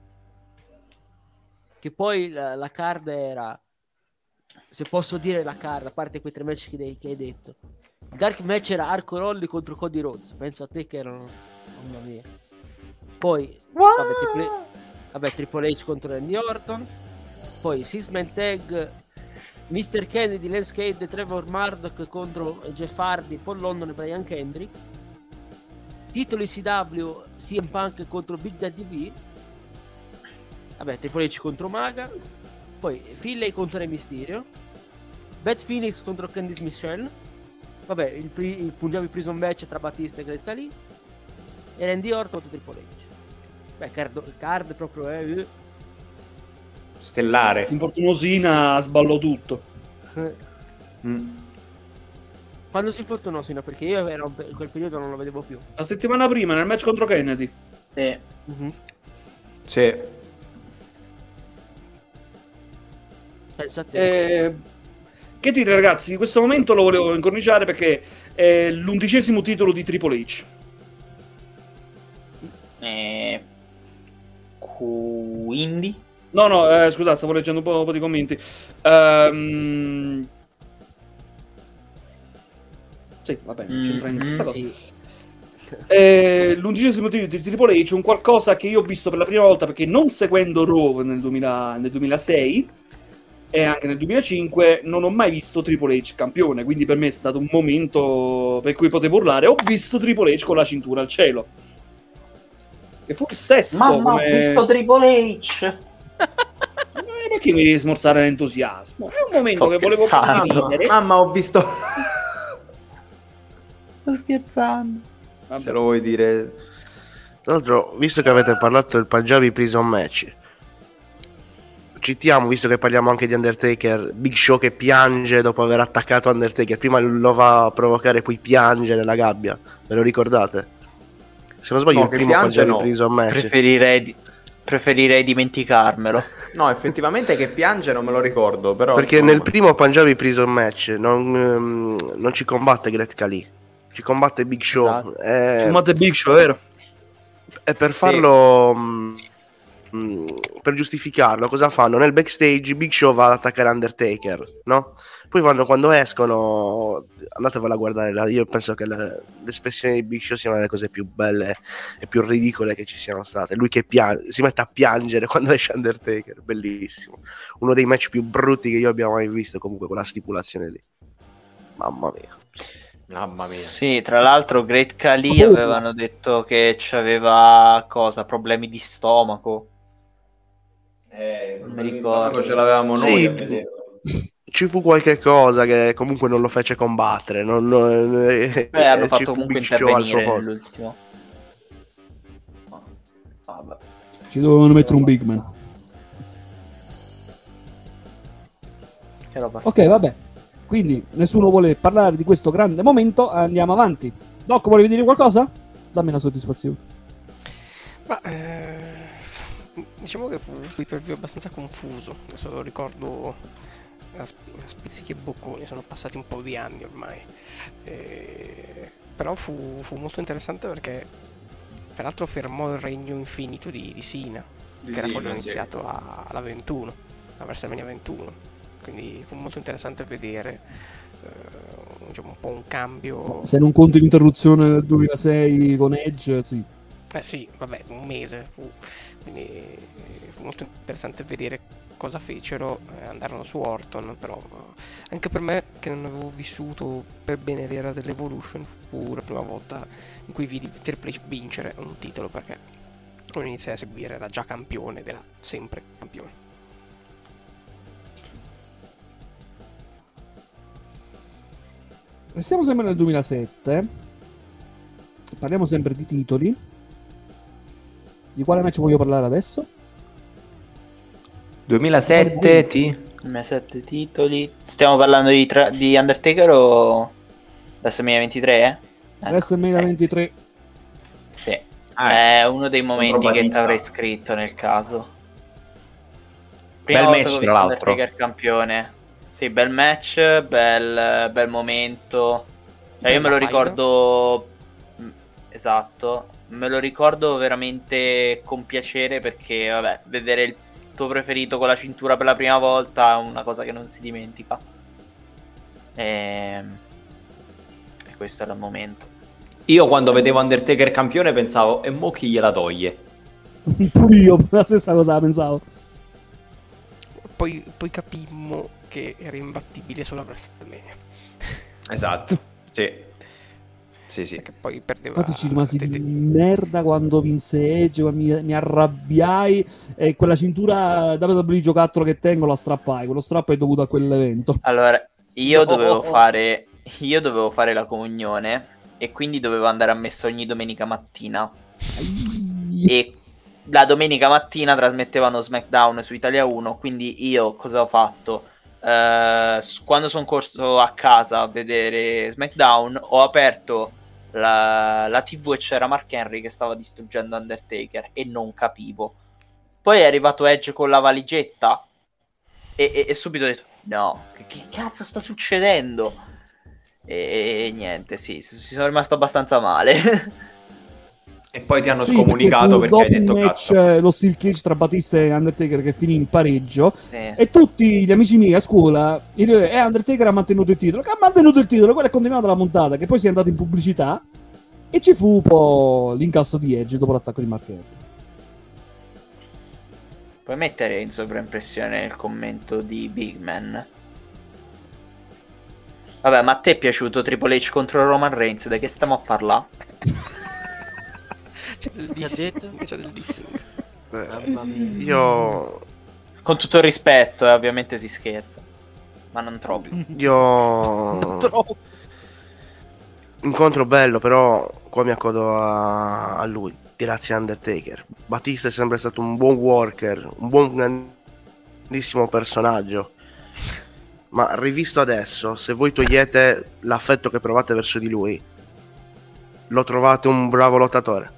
Che poi la card era, se posso dire la card, a parte quei 3 match che hai detto, il dark match era Arco Rolli contro Cody Rhodes. Penso a te che erano, mamma mia. Poi Triple H contro Randy Orton, poi Six Man Tag Mr. Kennedy, Lance Cade e Trevor Murdoch contro Jeff Hardy, Paul London e Brian Kendrick. Titoli CW, CM Punk contro Big Daddy V. Vabbè, Triple H contro Maga. Poi Finlay contro Rey Mysterio. Beth Phoenix contro Candice Michelle. Vabbè, il Punjabi Prison match tra Batista e Great Khali. E Randy Orton contro Triple H. Beh, card proprio
Stellare.
Infortunosina sballò tutto.
Quando si infortunò Sina? Perché io ero in quel periodo non lo vedevo più.
La settimana prima nel match contro Kennedy.
Sì.
Sì.
Pensa a te.
Che dire, ragazzi, in questo momento lo volevo incorniciare perché è l'11° titolo di Triple H.
Quindi
No, scusate, stavo leggendo un po' di commenti. Sì, va bene, c'entra niente questa cosa.
Sì.
L'11° titolo di Triple H, un qualcosa che io ho visto per la prima volta perché non seguendo Raw nel 2006 e anche nel 2005 non ho mai visto Triple H campione, quindi per me è stato un momento per cui potevo urlare. Ho visto Triple H con la cintura al cielo. E fu il sesto.
mamma, ho visto Triple H.
Non è che mi devi smorzare l'entusiasmo. È un momento
Sto
che volevo
scherzando.
condividere.
Mamma, ho visto.
Sto scherzando.
Vabbè.
Se lo vuoi dire.
Tra l'altro, visto che avete parlato del Punjabi Prison Match, citiamo, visto che parliamo anche di Undertaker, Big Show che piange dopo aver attaccato Undertaker. Prima lo va a provocare, poi piange nella gabbia. Ve lo ricordate? Se non sbaglio,
No,
il
che
primo
piange
Punjabi
no.
Prison Match.
Preferirei dimenticarmelo.
No, effettivamente che piange non me lo ricordo, però
Perché
insomma.
nel primo Punjabi Prison Match non ci combatte Great Khali, ci combatte Big Show.
Esatto.
Chiamate Big Show, vero?
E per farlo, per giustificarlo, cosa fanno? Nel backstage Big Show va ad attaccare Undertaker, no? Poi quando escono, andatevela a guardare, io penso che le espressioni di Big Show siano le cose più belle e più ridicole che ci siano state. Lui che si mette a piangere quando esce Undertaker, bellissimo. Uno dei match più brutti che io abbia mai visto, comunque, con la stipulazione lì. Mamma mia.
Mamma mia.
Sì, tra l'altro Great Khali avevano detto che c'aveva problemi di stomaco. Non mi ricordo.
Ce l'avevamo noi.
Sì,
a vedere.
ci fu qualche cosa che comunque non lo fece combattere.
Hanno
ci
fatto
fu
comunque
Big Show al suo
intervenire
posto.
nell'ultimo. Vabbè.
Ci dovevano mettere un big man.
Che roba
Ok, vabbè. Quindi nessuno vuole parlare di questo grande momento. Andiamo avanti. Doc, volevi dire qualcosa? Dammi una soddisfazione.
Ma diciamo che fu un pay-per-view abbastanza confuso. Adesso lo ricordo a spizzichi e bocconi, sono passati un po' di anni ormai. Però fu molto interessante perché peraltro fermò il regno infinito di Cena, che era quello iniziato alla 21, a WrestleMania 21. Quindi fu molto interessante vedere diciamo, un po' un cambio.
Se non conti l'interruzione del 2006 con Edge, sì.
Sì, vabbè, un mese fu. Quindi fu molto interessante vedere cosa fecero. Andarono su Orton, però anche per me, che non avevo vissuto per bene l'era dell'Evolution, fu la prima volta in cui vidi Triple H vincere un titolo, perché lo iniziai a seguire, era già campione ed era sempre campione.
Siamo sempre nel 2007. Parliamo sempre di titoli. Di quale match voglio parlare adesso?
2007 ti
Come 7 titoli. Stiamo parlando di Undertaker o WrestleMania 23?
WrestleMania 23.
Sì. È uno dei momenti che ti avrei scritto nel caso. Prima
Bel
volta
match,
che ho
tra
visto
l'altro.
Undertaker campione. Sì, bel match, bel momento. Cioè, io me lo
Bella
ricordo. Esatto. Me lo ricordo veramente con piacere perché, vabbè, vedere il tuo preferito con la cintura per la prima volta è una cosa che non si dimentica. E questo era il momento.
Io quando vedevo Undertaker campione pensavo, e mo chi gliela toglie?
Pure io, la stessa cosa la pensavo.
Poi capimmo che era imbattibile sulla WrestleMania.
Esatto, sì. Sì.
Perché poi perdeva.
Infatti ci rimasi di merda quando vinse Edge, mi arrabbiai e quella cintura WWE giocattolo che tengo la strappai. Quello strappo è dovuto a quell'evento.
Allora, io dovevo fare la comunione e quindi dovevo andare a messa ogni domenica mattina. E la domenica mattina trasmettevano SmackDown su Italia 1, quindi io cosa ho fatto? Quando sono corso a casa a vedere SmackDown, ho aperto la TV e c'era Mark Henry che stava distruggendo Undertaker e non capivo. Poi è arrivato Edge con la valigetta e subito ho detto no, che cazzo sta succedendo? E niente, sì, sono rimasto abbastanza male.
E poi ti hanno
Sì,
scomunicato perché hai
dopo
detto
un match,
cazzo.
lo steel cage tra Batista e Undertaker che finì in pareggio,
Sì.
e tutti gli amici miei a scuola Undertaker ha mantenuto il titolo, quella è continuata la montata, che poi si è andato in pubblicità e ci fu un po' l'incasso di Edge dopo l'attacco di Mark Henry.
Puoi mettere in sovraimpressione il commento di Big Man? Vabbè, ma a te è piaciuto Triple H contro Roman Reigns? Da che stiamo a parlare?
C'è del dissing. C'è del dissing.
Mamma mia.
Io
Con tutto il rispetto, ovviamente si scherza. Ma non troppo.
Incontro bello, però qua mi accodo a lui. Grazie a Undertaker. Batista è sempre stato un buon worker, un buon grandissimo personaggio. Ma rivisto adesso, se voi togliete l'affetto che provate verso di lui, lo trovate un bravo lottatore?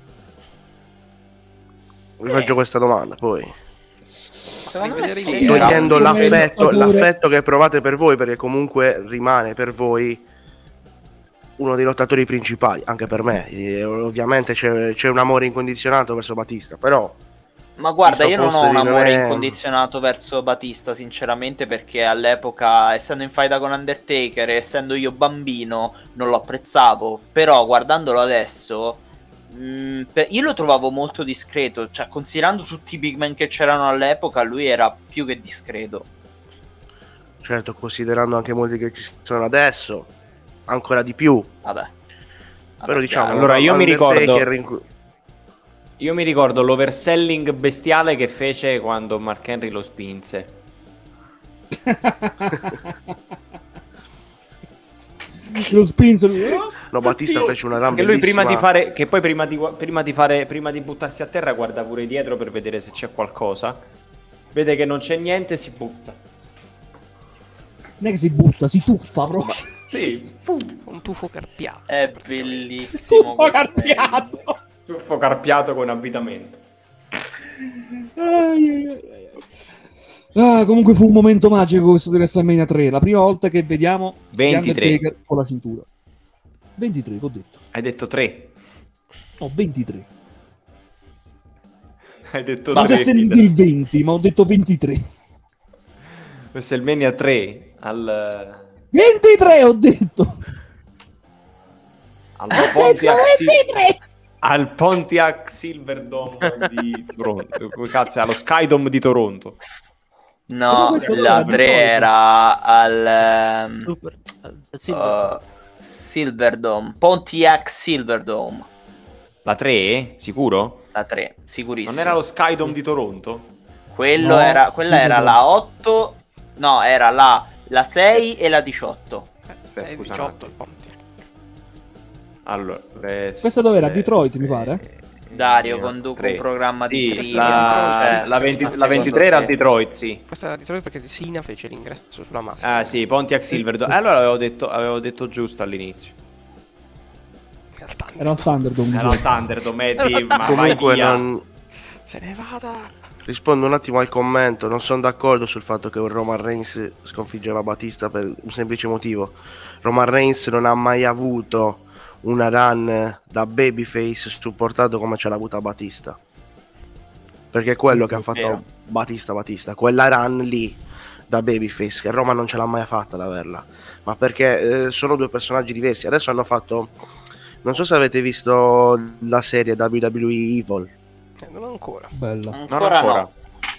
Vi faccio questa domanda, poi.
Secondo me sì.
Togliendo
Lottatore.
l'affetto che provate per voi, perché comunque rimane per voi uno dei lottatori principali, anche per me. E ovviamente c'è un amore incondizionato verso Batista, però
Ma guarda, io non
posso
ho un
dire,
amore
non è-
incondizionato verso Batista, sinceramente, perché all'epoca, essendo in faida con Undertaker e essendo io bambino, non lo apprezzavo. Però guardandolo adesso, io lo trovavo molto discreto. Cioè, considerando tutti i big man che c'erano all'epoca, lui era più che discreto.
certo, considerando anche molti che ci sono adesso, ancora di più.
Vabbè.
Però diciamo,
Allora, io mi
Undertaker
ricordo- Io mi ricordo l'overselling bestiale che fece quando Mark Henry lo spinse.
Lo spinse
No, Batista fece una run
Che lui
bellissima.
prima di buttarsi a terra guarda pure dietro per vedere se c'è qualcosa. Vede che non c'è niente, si butta.
non è che si butta, si tuffa proprio.
Sì,
Un tuffo carpiato.
È bellissimo.
Tuffo
quel
carpiato.
tuffo carpiato con avvitamento.
Comunque fu un momento magico questo di WrestleMania 3, la prima volta che vediamo
23.
Undertaker con la cintura. 23, che ho detto.
Hai detto 3.
No, 23.
Hai detto
Non
3.
c'è sentito il 20, ma ho detto 23.
WrestleMania 3 al
23 ho detto.
Al Pontiac Silverdome di Toronto. Come cazzo è? Allo Skydome di Toronto.
No,
Però questo
la
era
3
Detroit.
era al
Silver.
Silverdome, Pontiac Silverdome.
La 3? Sicuro?
La 3, sicurissimo.
Non era lo Skydome di Toronto?
Quello
No,
era, quella
sì,
era
no.
la 8. No, era la 6 e la 18.
Sei
scusa
18 il Pontiac.
Allora,
Questa dove era? Detroit, mi pare?
Dario, conduco un programma di
Sì,
trivia.
la 23 era al Detroit, sì.
Questa era di solito perché Sina fece l'ingresso sulla Master.
Ah sì, Pontiac Silverdome. Allora avevo detto giusto all'inizio.
Era il Thunderdome.
Era il Thunderdome, ma vai
Comunque
via.
non...
Se ne vada.
Rispondo un attimo al commento. Non sono d'accordo sul fatto che un Roman Reigns sconfiggeva Batista per un semplice motivo. Roman Reigns non ha mai avuto una run da babyface supportato come ce l'ha avuta Batista, perché è quello che ha fatto
Vero.
Batista, quella run lì da babyface che Roman non ce l'ha mai fatta ad averla, ma perché sono due personaggi diversi. Adesso hanno fatto, non so se avete visto la serie WWE Evil.
Non ancora.
Bella.
Ancora no.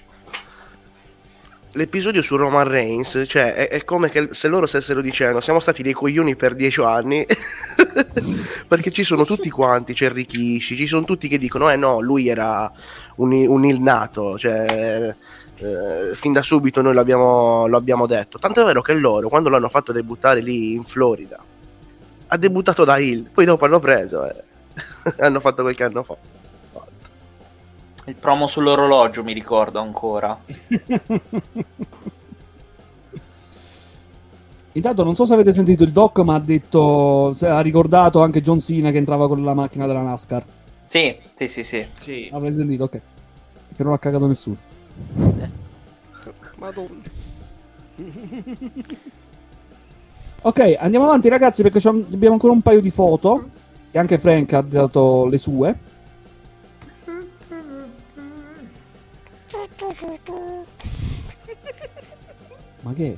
L'episodio su Roman Reigns, cioè è come che se loro stessero dicendo siamo stati dei coglioni per 10 anni perché ci sono tutti quanti, c'è Rikishi, ci sono tutti che dicono no, lui era un il nato, cioè fin da subito noi lo abbiamo detto, tanto è vero che loro quando l'hanno fatto debuttare lì in Florida ha debuttato da heel, poi dopo hanno preso hanno fatto quel che hanno fatto.
Il promo sull'orologio mi ricordo ancora.
Intanto non so se avete sentito il doc, ma ha detto, ha ricordato anche John Cena che entrava con la macchina della NASCAR.
Sì.
Avrei sentito, ok. Che non ha cagato nessuno.
Madonna.
Ok, andiamo avanti ragazzi perché abbiamo ancora un paio di foto. E anche Frank ha dato le sue. Ma che?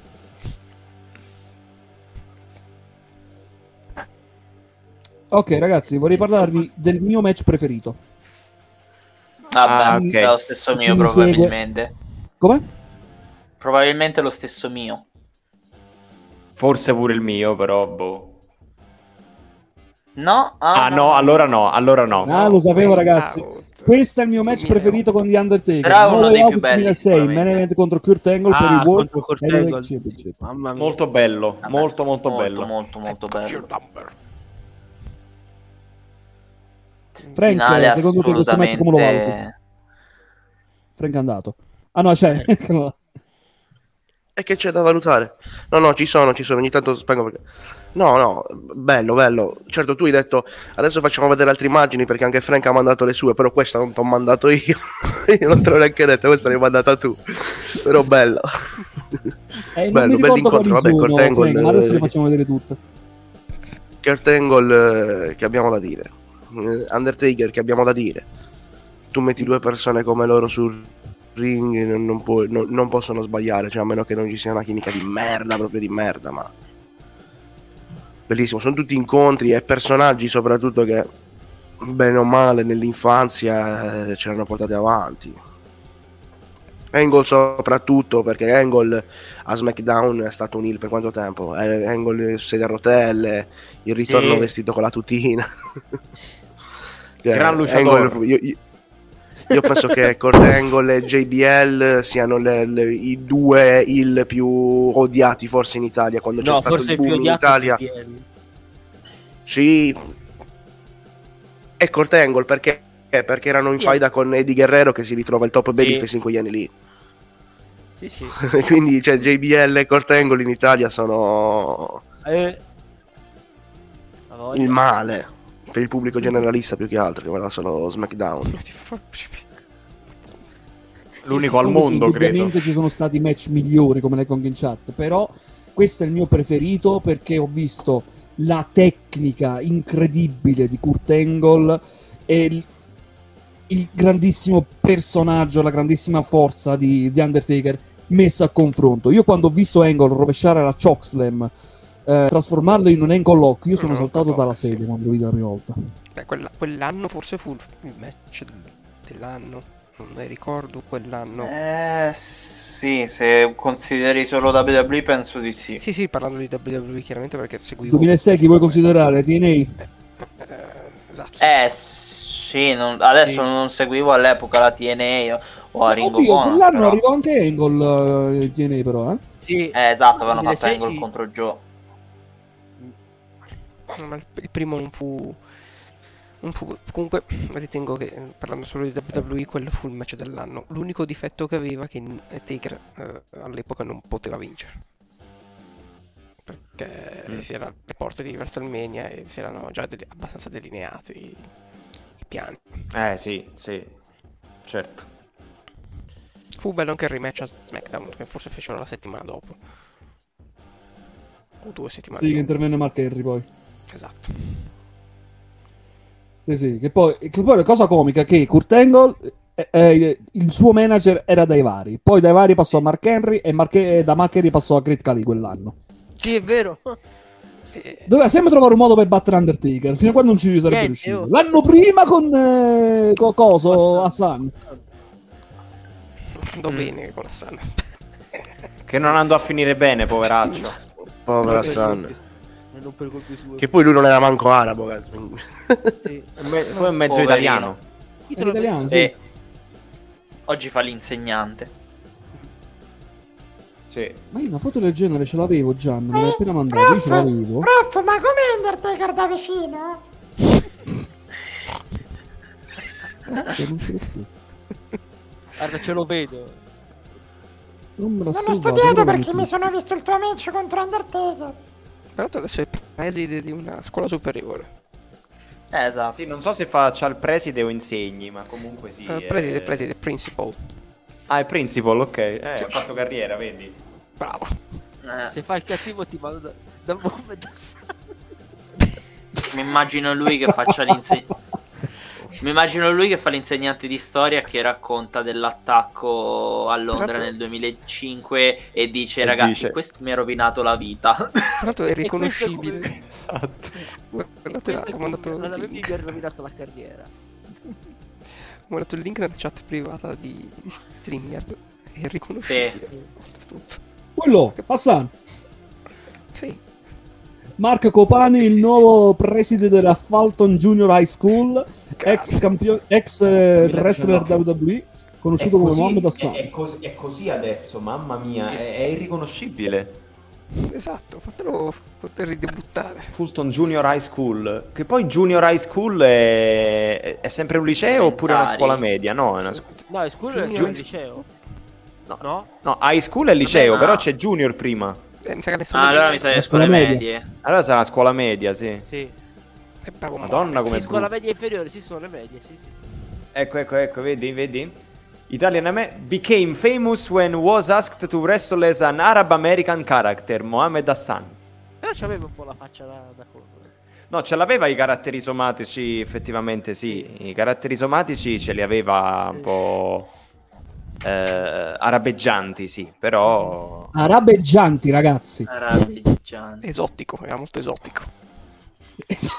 Ok ragazzi, vorrei parlarvi del mio match preferito.
Vabbè,
ok.
è lo stesso mio
Mi
probabilmente.
Come?
Probabilmente lo stesso mio.
Forse pure il mio, però boh.
No?
No, allora no.
Ah, lo sapevo ragazzi.
Out.
Questo è il mio match preferito con The Undertaker.
Però è uno dei
Out
più belli,
2006, Man
sicuramente.
Event contro Kurt Angle per il World
contro Kurt
Heavyweight
Angle.
Championship.
Mamma mia.
Molto bello,
Vabbè,
molto bello.
Molto bello.
Frank,
Finale
secondo te questo match come lo valuti?
assolutamente.
Frank è andato. Ah no, c'è.
E che c'è da valutare? No, ci sono, ogni tanto spengo perché... No, bello. Certo, tu hai detto, adesso facciamo vedere altre immagini perché anche Frank ha mandato le sue, però questa non ti ho mandato io. Io non te l'ho neanche detto, questa l'hai mandata tu. Però bello.
Non mi ricordo quali sono,
Kurt Angle,
Frank, ma adesso le facciamo vedere tutte.
Kurt Angle che abbiamo da dire. Undertaker che abbiamo da dire. Tu metti due persone come loro sul ring, non possono sbagliare, cioè a meno che non ci sia una chimica di merda, proprio di merda, ma bellissimo, sono tutti incontri e personaggi soprattutto che bene o male nell'infanzia ce l'hanno portati avanti. Angle soprattutto perché Angle a SmackDown è stato un heel per quanto tempo? Angle sedia a rotelle, il ritorno vestito con la tutina. Cioè,
Gran luciatore.
Io penso che Kurt Angle e JBL siano i due heel più odiati forse in Italia quando c'è
No,
stato
forse
il
il più
boom in
odiato
Italia.
è JBL.
Sì, è Kurt Angle perché erano in faida con Eddie Guerrero che si ritrova il top babyface in quegli anni lì.
Sì.
Quindi cioè, JBL e Kurt Angle in Italia sono il male per il pubblico generalista più che altro che guarda solo SmackDown.
L'unico al mondo, credo.
Ovviamente ci sono stati match migliori, come leggo anche in chat, però questo è il mio preferito perché ho visto la tecnica incredibile di Kurt Angle e il grandissimo personaggio, la grandissima forza di Undertaker messa a confronto. Io quando ho visto Angle rovesciare la chokeslam, trasformarlo in un ankle lock, io sono saltato dalla sedia quando lo vidi la prima volta.
Beh, quell'anno forse fu il match dell'anno, non ne ricordo quell'anno.
Sì, se consideri solo WWE penso di sì.
Sì, parlando di WWE chiaramente perché seguivo...
2006 chi vuoi considerare? TNA?
Esatto.
Sì, adesso non seguivo all'epoca la TNA o a Ring of
Oddio,
Honor,
quell'anno
però.
arrivò anche Angle in TNA però,
Sì.
Esatto, avevano fatto
2006
Angle
sì.
contro Joe.
Ma il primo non fu Comunque ritengo che, parlando solo di WWE, quello fu il match dell'anno. L'unico difetto che aveva è che Taker all'epoca non poteva vincere, perché si erano le porte di WrestleMania e si erano già abbastanza delineati i piani.
Sì, certo.
Fu bello anche il rematch a SmackDown, che forse fecero la settimana dopo o 2 settimane
Sì, che
dopo.
intervenne Mark Henry poi.
Esatto.
Sì, che poi la cosa comica è che Kurt Angle, il suo manager era Daivari, poi Daivari passò a Mark Henry e da Mark Henry passò a Great Khali quell'anno.
Sì, è vero.
Doveva sempre trovare un modo per battere Undertaker, fino a quando non ci sarebbe riuscito. L'anno prima con Coso, Hassan.
Andò bene con Hassan.
Che non andò a finire bene, poveraccio.
Povero Hassan.
Non per colpi sue.
Che poi lui non era manco arabo, cazzo.
Sì.
Poi è mezzo
Poverino.
italiano.
È italiano, sì.
Oggi fa l'insegnante.
Sì.
Ma io una foto del genere ce l'avevo già, me l'hai appena mandato, io ce l'avevo.
Prof, ma com'è Undertaker da vicino?
Cazzo, non ce l'ho più.
Guarda, ce lo vedo.
Non me l'ha
Non ho
salvato,
studiato
però
perché
mi
mi sono visto il tuo match contro Undertaker.
Però adesso è preside di una scuola superiore.
Esatto.
Sì, non so se faccia il preside o insegni, ma comunque sì.
Preside, principal.
Ah, è principal, ok. Ha fatto carriera, vedi.
Bravo.
Se fai il cattivo ti mando da bombe da sangue.
Mi immagino lui che faccia l'insegnante. Mi immagino lui che fa l'insegnante di storia che racconta dell'attacco a Londra nel 2005 e dice: ragazzi, questo mi ha rovinato la vita.
Tra l'altro è riconoscibile.
Esatto.
Guardate, ho mandato
non
il
avevi
link.
mi ha rovinato la carriera.
Ho mandato il link nella chat privata di StreamYard. È riconoscibile. Tutto.
Quello, Hassan.
Sì.
Mark Copani, il nuovo preside della Fulton Junior High School, ex wrestler WWE, conosciuto come Mohamed Hassan.
È così adesso, mamma mia, è irriconoscibile.
Esatto, fatelo poter ridebuttare.
Fulton Junior High School, che poi Junior High School è sempre un liceo oppure una scuola media? No, è una
No, è scuola del liceo.
No, high school è il liceo,
Vabbè,
però
no.
c'è Junior prima.
Mi sa che adesso
Allora mi sa che scuole medie.
Allora sarà scuola media, sì.
Sì.
è bravo.
Madonna come
Sì, scuola media inferiore, sì, sono le medie, sì.
Ecco, vedi? Italian Ame became famous when was asked to wrestle as an Arab American character, Mohamed Hassan.
Però c'aveva un po' la faccia da contro.
No, ce l'aveva i caratteri somatici, effettivamente sì. I caratteri somatici ce li aveva un po' arabeggianti, sì, però...
Arabeggianti, ragazzi.
Arabeggianti.
Esotico, era molto esotico.
Sì.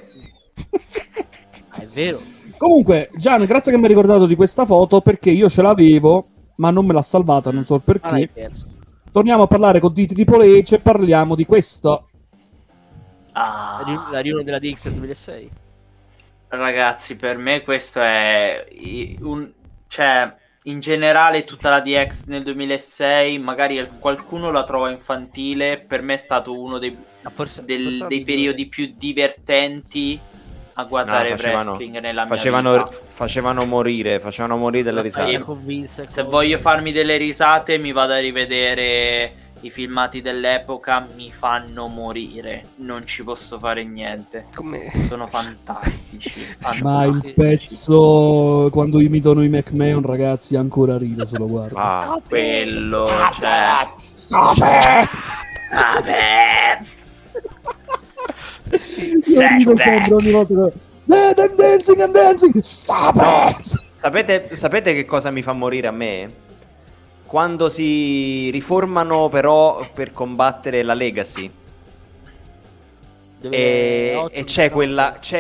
È vero.
Comunque, Gian, grazie che mi hai ricordato di questa foto, perché io ce l'avevo, ma non me l'ha salvata, non so il
Ah, l'hai
perché.
perso.
Torniamo a parlare con di Triple H e parliamo di questo.
Ah,
La riunione della DX 2006.
ragazzi, per me questo è cioè, in generale tutta la DX nel 2006, magari qualcuno la trova infantile, per me è stato uno dei periodi più divertenti a guardare wrestling nella mia vita.
Facevano morire delle risate.
Se voglio farmi delle risate mi vado a rivedere i filmati dell'epoca, mi fanno morire, non ci posso fare niente. Sono fantastici.
Ma il pezzo quando imitano i McMahon, ragazzi, ancora rido se lo guardo.
Ah, quello, cioè... Vabbè.
Io rido sempre ogni volta che... I'm dancing, stop it!
Sapete che cosa mi fa morire a me? Quando si riformano però per combattere la Legacy. E c'è quel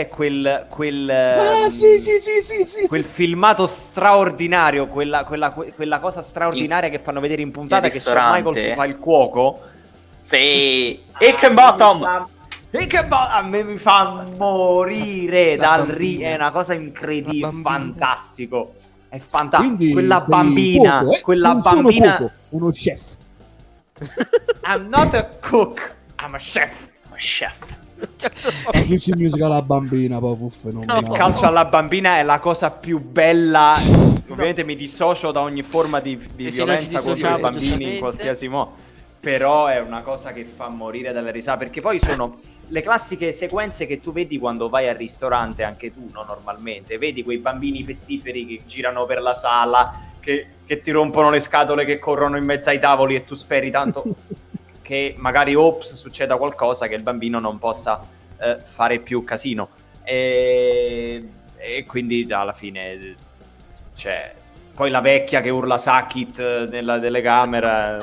quel filmato straordinario, quella cosa straordinaria che fanno vedere in puntata, che Shawn Michaels fa il cuoco.
Sì, Hickenbottom.
A me mi fa morire è una cosa incredibile, fantastico. È fantastico.
Quindi
Quella
sei
bambina,
cuoco,
quella
non sono
bambina.
cuoco, uno chef.
I'm not a cook, I'm a chef.
Chef.
Switch Music alla bambina, poi fu fenomenale.
Il calcio alla bambina è la cosa più bella. Ovviamente mi dissocio da ogni forma di violenza contro i bambini in qualsiasi modo. Però è una cosa che fa morire dalle risate. Perché poi sono le classiche sequenze che tu vedi quando vai al ristorante, anche tu, no? Normalmente. Vedi quei bambini pestiferi che girano per la sala, che ti rompono le scatole, che corrono in mezzo ai tavoli e tu speri tanto che magari succeda qualcosa, che il bambino non possa fare più casino. E quindi alla fine cioè, poi la vecchia che urla Sakit nella telecamera.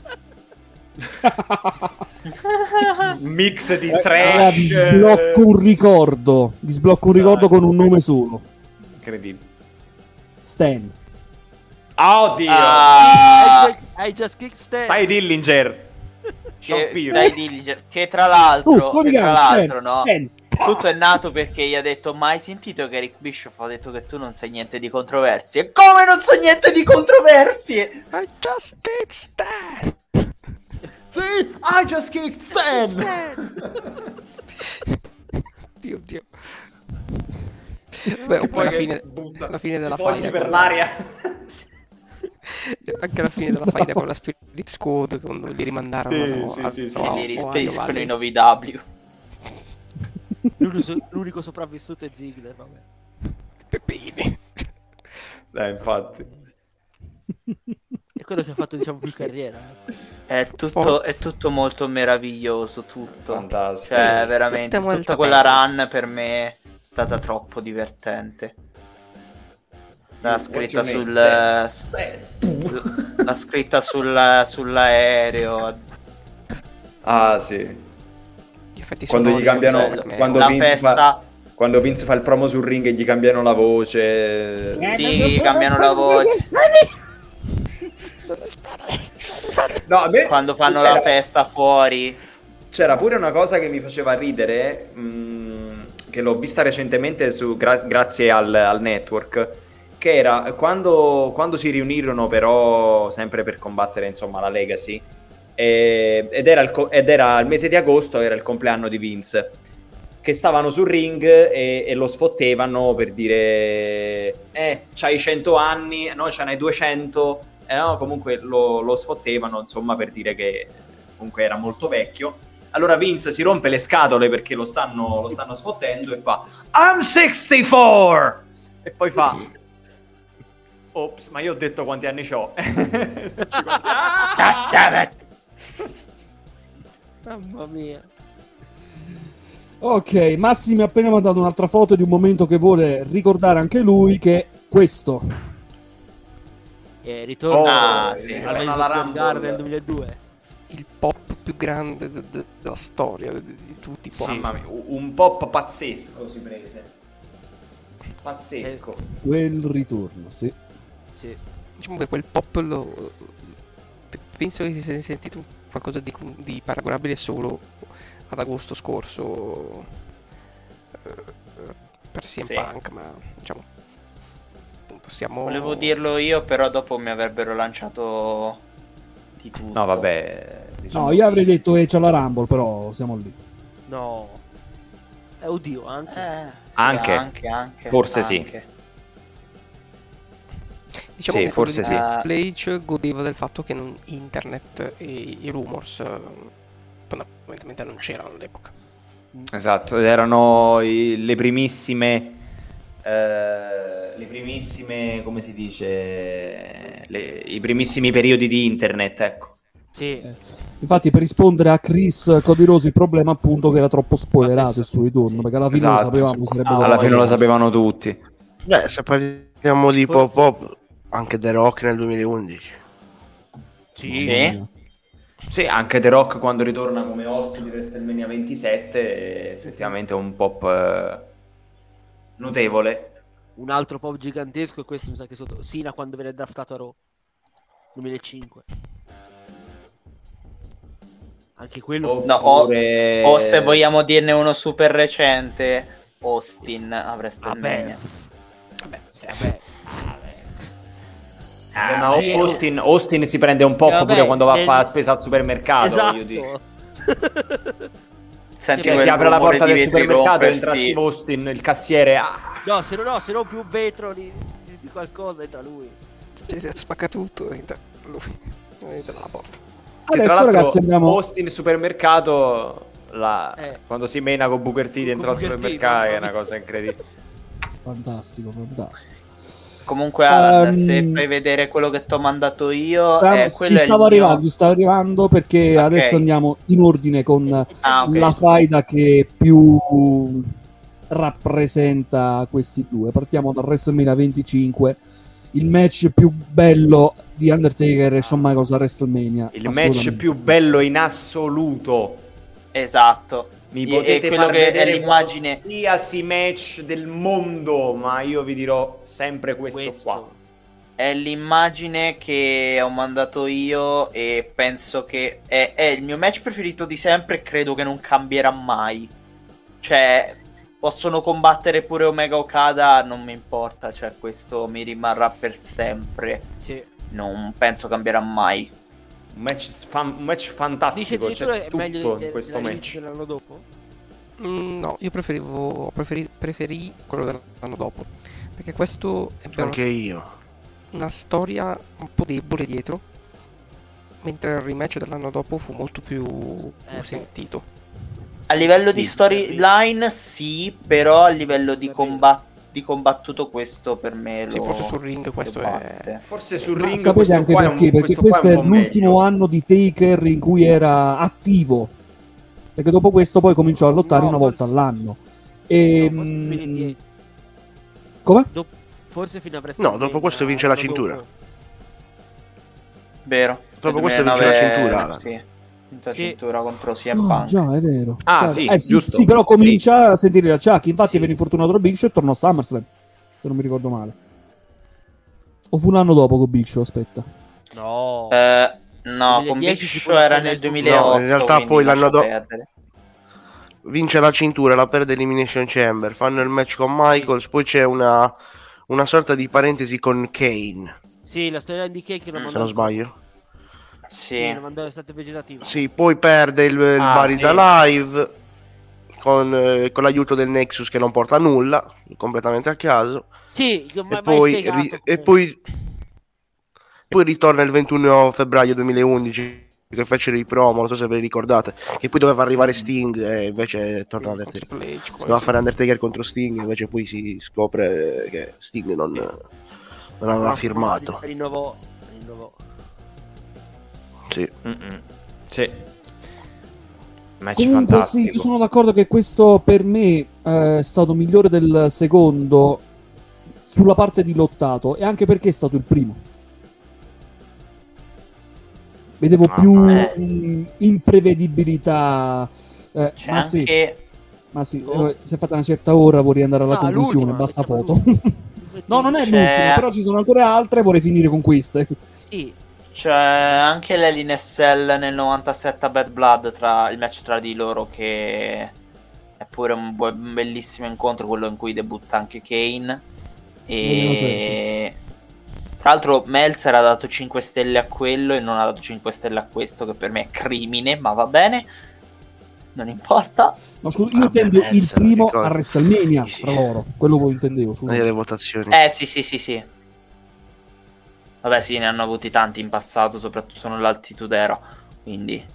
Mix di trash.
Vi sblocco un ricordo con un nome solo.
Incredibile.
Stan.
Oddio.
I just kicked Stan.
Fai Dillinger.
Dai Dillinger, che tra l'altro, no? Tutto è nato perché gli ha detto: ma hai sentito che Eric Bischoff ha detto che tu non sai niente di controversie? Come non so niente di controversie?
I just kicked Stan.
Sì, I just kicked Stan.
Dio. Beh, o poi la fine della faida
per l'aria.
Anche alla fine della faida con la Spirit Squad, quando li rimandarono
Sì. Li rispediscono in OVW.
L'unico sopravvissuto è Ziggler, vabbè.
Peppini.
Infatti.
È quello che ha fatto, diciamo, più carriera.
È tutto molto meraviglioso, tutto.
Fantastico.
Cioè, veramente, tutta quella run per me è stata troppo divertente. La scritta sull'aereo.
Ah, sì.
Quando
gli cambiano, quando Vince fa il promo sul ring e gli cambiano la voce.
Sì, gli cambiano la voce.
No,
quando fanno la festa fuori.
C'era pure una cosa che mi faceva ridere, che l'ho vista recentemente grazie al network, che era quando si riunirono, però sempre per combattere, insomma, la Legacy, ed era il mese di agosto, era il compleanno di Vince, che stavano sul ring e lo sfottevano per dire c'hai 100 anni, no, ce n'hai 200, no, comunque lo sfottevano, insomma, per dire che comunque era molto vecchio. Allora Vince si rompe le scatole perché lo stanno sfottendo e fa I'm 64! E poi fa ops, ma io ho detto quanti anni c'ho.
Mamma mia.
Ok, Massimo mi ha appena mandato un'altra foto di un momento che vuole ricordare anche lui, che è questo.
Ritorno al
sì,
Madison Square Garden nel 2002.
Il pop più grande della storia di tutti i pop.
Mamma mia, un pop pazzesco si prese. Pazzesco.
Quel ritorno, sì.
Diciamo che quel pop penso che si sia sentito qualcosa di paragonabile solo ad agosto scorso per CM Punk, ma diciamo appunto
volevo dirlo io, però dopo mi avrebbero lanciato di tutto.
No, vabbè, diciamo.
No, io avrei detto c'è la Rumble, però siamo lì.
No. Oddio,
anche. Forse
anche.
sì.
Diciamo
sì,
che
forse sì.
Page godeva del fatto che internet e i rumors fondamentalmente non c'erano all'epoca.
Esatto, erano le primissime, come si dice, i primissimi periodi di internet, ecco.
Sì.
Infatti, per rispondere a Chris Codiroso, il problema appunto che era troppo spoilerato il suo ritorno, perché alla fine lo sapevamo,
alla fine lo sapevano tutti.
Se parliamo di pop, anche The Rock nel 2011.
Sì, anche The Rock quando ritorna come host di WrestleMania 27 effettivamente è un pop notevole.
Un altro pop gigantesco è questo, mi sa che sotto Sina quando viene draftato a Raw 2005. Anche quello
o se vogliamo dirne uno super recente, Austin a WrestleMania.
Ma Austin si prende un pop pure quando va a fare spesa al supermercato.
Esatto.
Senti
si
quel
apre la
rumore
porta
di
del
vetri
supermercato,
rompersi.
entra Steve Austin, il cassiere.
No, se no più vetro di qualcosa entra lui.
Si spacca tutto e entra lui. Entra dalla porta.
Che tra
Adesso,
l'altro,
ragazzi, abbiamo.
Austin supermercato,
Eh.
quando si mena con Booker T dentro al
Booker T,
supermercato, è
mamma
una
mia.
cosa incredibile.
Fantastico.
Comunque, Alan, se
Ehm,
fai vedere quello che ti ho mandato io, quello
Ci
è il
stavo
mio...
arrivando perché
Ok.
adesso andiamo in ordine con
Ah, ok.
la faida che più rappresenta questi due. Partiamo dal WrestleMania 25, il match più bello di Undertaker e Shawn Michaels a WrestleMania.
Il match
Assolutamente.
più bello in assoluto.
Esatto.
Mi
E
potete
quello
far
che è
vedere
l'immagine...
qualsiasi match del mondo, ma io vi dirò sempre questo qua.
È l'immagine che ho mandato io e penso che è il mio match preferito di sempre e credo che non cambierà mai. Cioè, possono combattere pure Omega Okada, non mi importa, cioè questo mi rimarrà per sempre.
Sì.
Non penso cambierà mai.
Un match fantastico,
Dice addirittura
c'è
è meglio
tutto in questo
della
match.
dell'anno dopo?
No, io preferì quello dell'anno dopo. Perché questo è
Anche io.
una storia un po' debole dietro. Mentre il rematch dell'anno dopo fu molto più sentito.
A livello di storyline sì, però a livello di combattuto questo per me
Sì,
lo...
forse sul ring questo
lo
è...
batte.
Forse sul
Ma
ring
sapete
questo
anche
qua è
perché?
un,
Perché
questo qua
questo
è
è
un po'
l'ultimo
meglio.
anno di Taker in cui era attivo. Perché dopo questo poi cominciò a lottare una volta all'anno. E come?
Forse fino a
No, dopo questo vince la cintura.
Vero.
Dopo
Nel
questo vince la
2009,
cintura, Alan.
Sì. Vince la cintura contro CM
Oh,
Punk.
già, è vero.
Ah,
Cioè,
sì, giusto.
Sì, però comincia a sentire la Chuck. Infatti venne infortunato da Big Show e tornò a SummerSlam. Se non mi ricordo male. O fu un anno dopo con Big Show, aspetta.
No.
No, con Big
2010 si
Show
può
era
fare
nel
il
2008.
No, in realtà
quindi
poi l'anno
lascia
dopo
perdere.
vince la cintura, la perde Elimination Chamber, fanno il match con Michaels, poi c'è una sorta di parentesi con Kane,
Sì, la storia di Cake la
se
mandò
non sbaglio.
Sì, la mandò l'estate vegetativa.
Sì, poi perde il Barida Live con l'aiuto del Nexus che non porta a nulla, completamente a caso.
Sì,
E poi ritorna il 21 febbraio 2011 che fecero i promo, non so se ve li ricordate, che poi doveva arrivare Sting e invece torna Undertaker. Doveva fare Undertaker contro Sting, invece poi si scopre che Sting non aveva firmato.
Rinnovò.
Sì.
Sì. Match
Comunque
fantastico.
sì, io sono d'accordo che questo per me è stato migliore del secondo sulla parte di lottato e anche perché è stato il primo. Vedevo più imprevedibilità.
C'è
Ma sì,
anche...
ma sì, si è fatta una certa ora, vorrei andare alla conclusione,
l'ultima,
basta foto. No, non è
C'è-
l'ultima, però ci sono ancora altre, vorrei finire con queste.
Sì.
C'è anche l'Hell in Cell nel 97 a Bad Blood, tra il match tra di loro, che è pure un bellissimo incontro, quello in cui debutta anche Kane. E tra l'altro Meltzer ha dato 5 stelle a quello e non ha dato 5 stelle a questo, che per me è crimine, ma va bene, non importa.
No, scusa, io intendo il primo a WrestleMania tra loro, quello voi intendevo. Scusa.
Le votazioni.
Sì. Vabbè, sì, ne hanno avuti tanti in passato, soprattutto nell'Altitude quindi...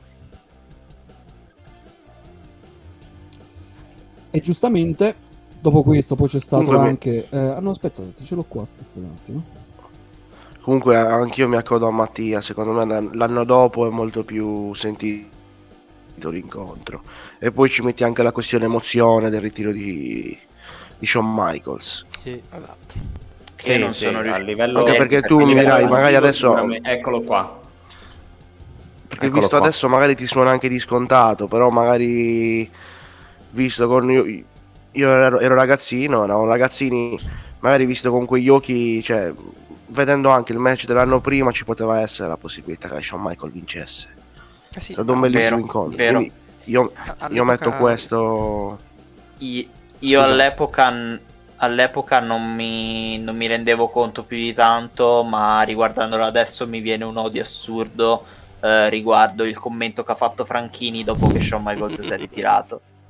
E giustamente, dopo questo poi c'è stato
Comunque
anche... no, aspetta, ce l'ho qua, aspetta un attimo.
Comunque anch'io mi accodo a Mattia, secondo me l'anno dopo è molto più sentito l'incontro. E poi ci metti anche la questione emozione del ritiro di Shawn Michaels.
Sì, esatto.
Che non sono
a
riuscito.
livello...
Anche perché tu mi dirai, magari adesso...
Eccolo qua.
Perché
Eccolo
visto
qua.
adesso magari ti suona anche di scontato, però magari visto con io ero ragazzino, eravamo ragazzini, magari visto con quegli occhi, cioè vedendo anche il match dell'anno prima ci poteva essere la possibilità che Shawn Michaels vincesse. È stato un bellissimo incontro.
vero.
Quindi io metto questo.
Io all'epoca non mi rendevo conto più di tanto, ma riguardandolo adesso mi viene un odio assurdo riguardo il commento che ha fatto Franchini dopo che Shawn Michaels si è ritirato.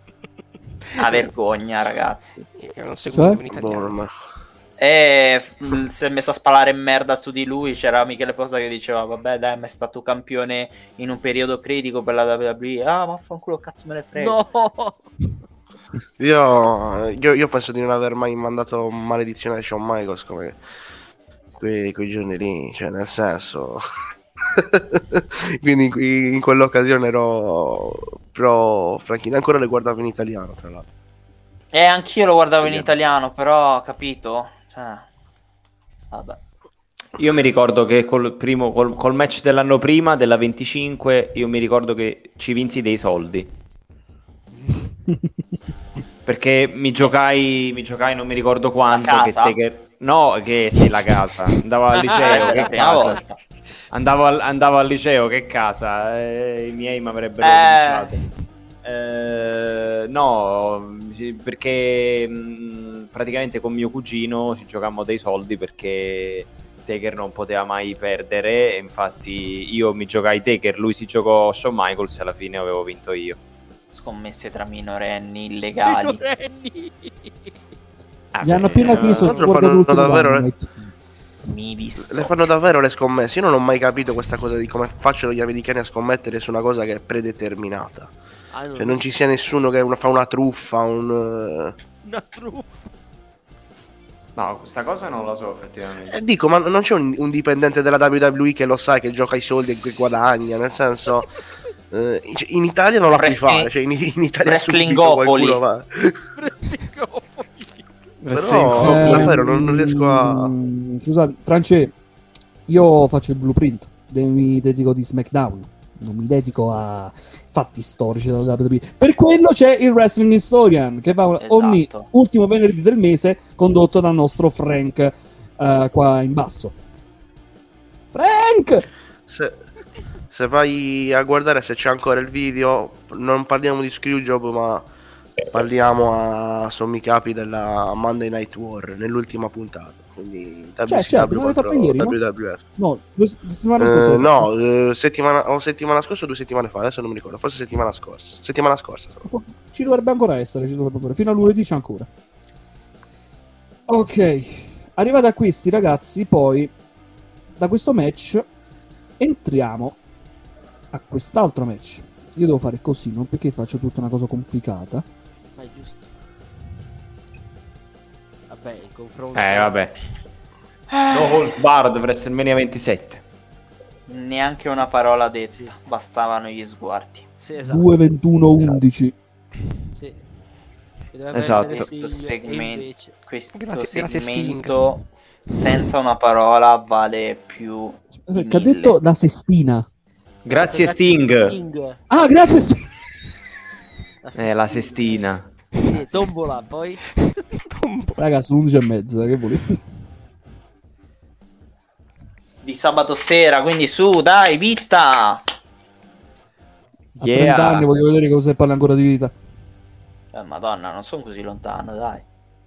A vergogna, ragazzi.
Io non seguo
Cioè?
in italiano.
Si è messo a spalare merda su di lui. C'era Michele Posa che diceva: vabbè, dai, ma è stato campione in un periodo critico per la WWE. Ah, vaffanculo, cazzo me ne frega.
No!
Io penso di non aver mai mandato maledizione a Shawn Michaels come quei giorni lì, cioè nel senso. Quindi in quell'occasione ero pro Franchino, ancora le guardavo in italiano, tra l'altro.
Anch'io lo guardavo in italiano, però capito? Cioè, vabbè.
Io mi ricordo che col match dell'anno prima, della 25, io mi ricordo che ci vinsi dei soldi. Perché mi giocai non mi ricordo quanto.
La casa?
Che sì, la casa. Andavo al liceo, che casa. Andavo al liceo, che casa. I miei mi avrebbero denunciato. No, perché praticamente con mio cugino ci giocammo dei soldi perché Taker non poteva mai perdere. E infatti io mi giocai Taker, lui si giocò Shawn Michaels e alla fine avevo vinto io.
Scommesse tra minorenni illegali.
Mi hanno appena chiesto
Tra l'altro fanno davvero
Mi
le fanno davvero le scommesse. Io non ho mai capito questa cosa di come facciano gli americani a scommettere su una cosa che è predeterminata. Cioè non ci sia nessuno che fa una truffa,
Una truffa.
No, questa cosa non la so effettivamente.
Dico, ma non c'è un dipendente della WWE che lo sa, che gioca i soldi e che guadagna, nel senso... in Italia non la puoi fare, cioè in Italia
Wrestlingopoli.
Però davvero non riesco a...
Scusate, France, io faccio il blueprint, mi dedico di SmackDown, non mi dedico a fatti storici della WWE. Per quello c'è il Wrestling Historian, che va ogni ultimo venerdì del mese, condotto dal nostro Frank qua in basso. Frank!
Se vai a guardare, se c'è ancora il video, non parliamo di Screwjob, ma parliamo a sommi capi della Monday Night War nell'ultima puntata. Quindi WCW contro
ieri,
WWF.
No, settimana scorsa.
Settimana scorsa o 2 settimane fa, adesso non mi ricordo, forse settimana scorsa. Settimana scorsa.
Ci dovrebbe ancora essere, fino a lunedì c'è ancora. Ok, arrivati a questi ragazzi, poi da questo match entriamo a quest'altro match. Io devo fare così, non perché faccio tutta una cosa complicata.
Ma è giusto. Vabbè, in confronto...
vabbè. No holds barred per WrestleMania 27.
Neanche una parola detta, bastavano gli sguardi.
Sì, esatto.
2-21-11.
Sì.
Esatto.
Questo segmento,
Grazie,
segmento senza una parola vale più di
Che ha detto la sestina.
Grazie Sting.
Ah, grazie Sting.
La sestina.
Sì, tombola, poi.
Raga, sono 11:30, che volete?
Di sabato sera, quindi su, dai, vita!
A 30 anni voglio vedere cosa parla ancora di vita.
Madonna, non sono così lontano, dai.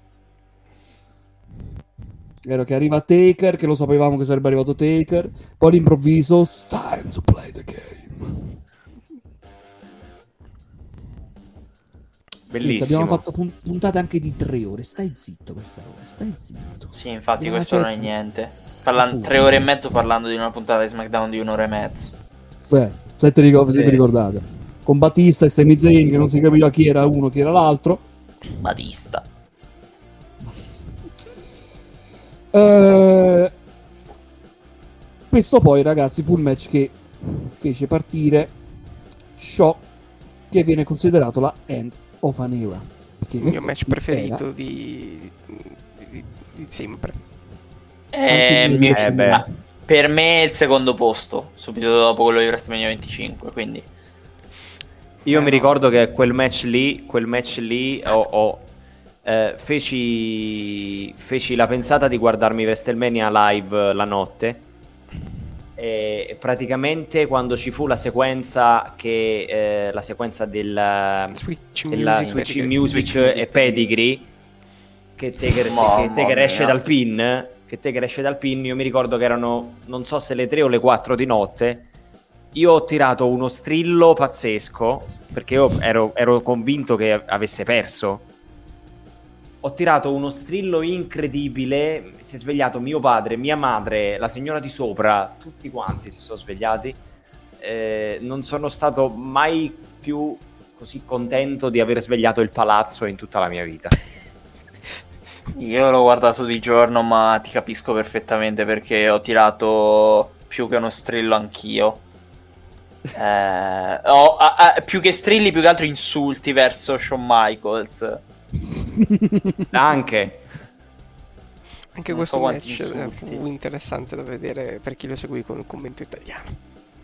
Vero che arriva Taker, che lo sapevamo che sarebbe arrivato Taker. Poi all'improvviso, it's time to play the game.
Bellissimo.
Abbiamo fatto puntate anche di 3 ore. Stai zitto, per favore, stai zitto.
Sì, infatti questo non è niente. 3 ore e mezzo parlando di una puntata di SmackDown di 1 ora e mezzo.
Beh, se ti ricordate. Con Battista e Sami Zayn, che non si capiva chi era uno, chi era l'altro.
Batista.
Questo poi, ragazzi, fu il match che fece partire ciò che viene considerato la end of an era.
Il mio match preferito di sempre.
Per me è il secondo posto, subito dopo quello di WrestleMania 25, quindi...
Io mi ricordo che quel match lì feci la pensata di guardarmi WrestleMania live la notte, e praticamente quando ci fu la sequenza la sequenza della Switch Music e Pedigree, che Taker esce dal pin, io mi ricordo che erano, non so se le 3 o le 4 di notte. Io ho tirato uno strillo pazzesco perché io ero convinto che avesse perso. Ho tirato uno strillo incredibile, si è svegliato mio padre, mia madre, la signora di sopra, tutti quanti si sono svegliati. Non sono stato mai più così contento di aver svegliato il palazzo in tutta la mia vita.
Io l'ho guardato di giorno, ma ti capisco perfettamente perché ho tirato più che uno strillo anch'io. Più che strilli, più che altro insulti verso Shawn Michaels.
Anche
questo
so
match fu interessante da vedere per chi lo seguì con il commento italiano.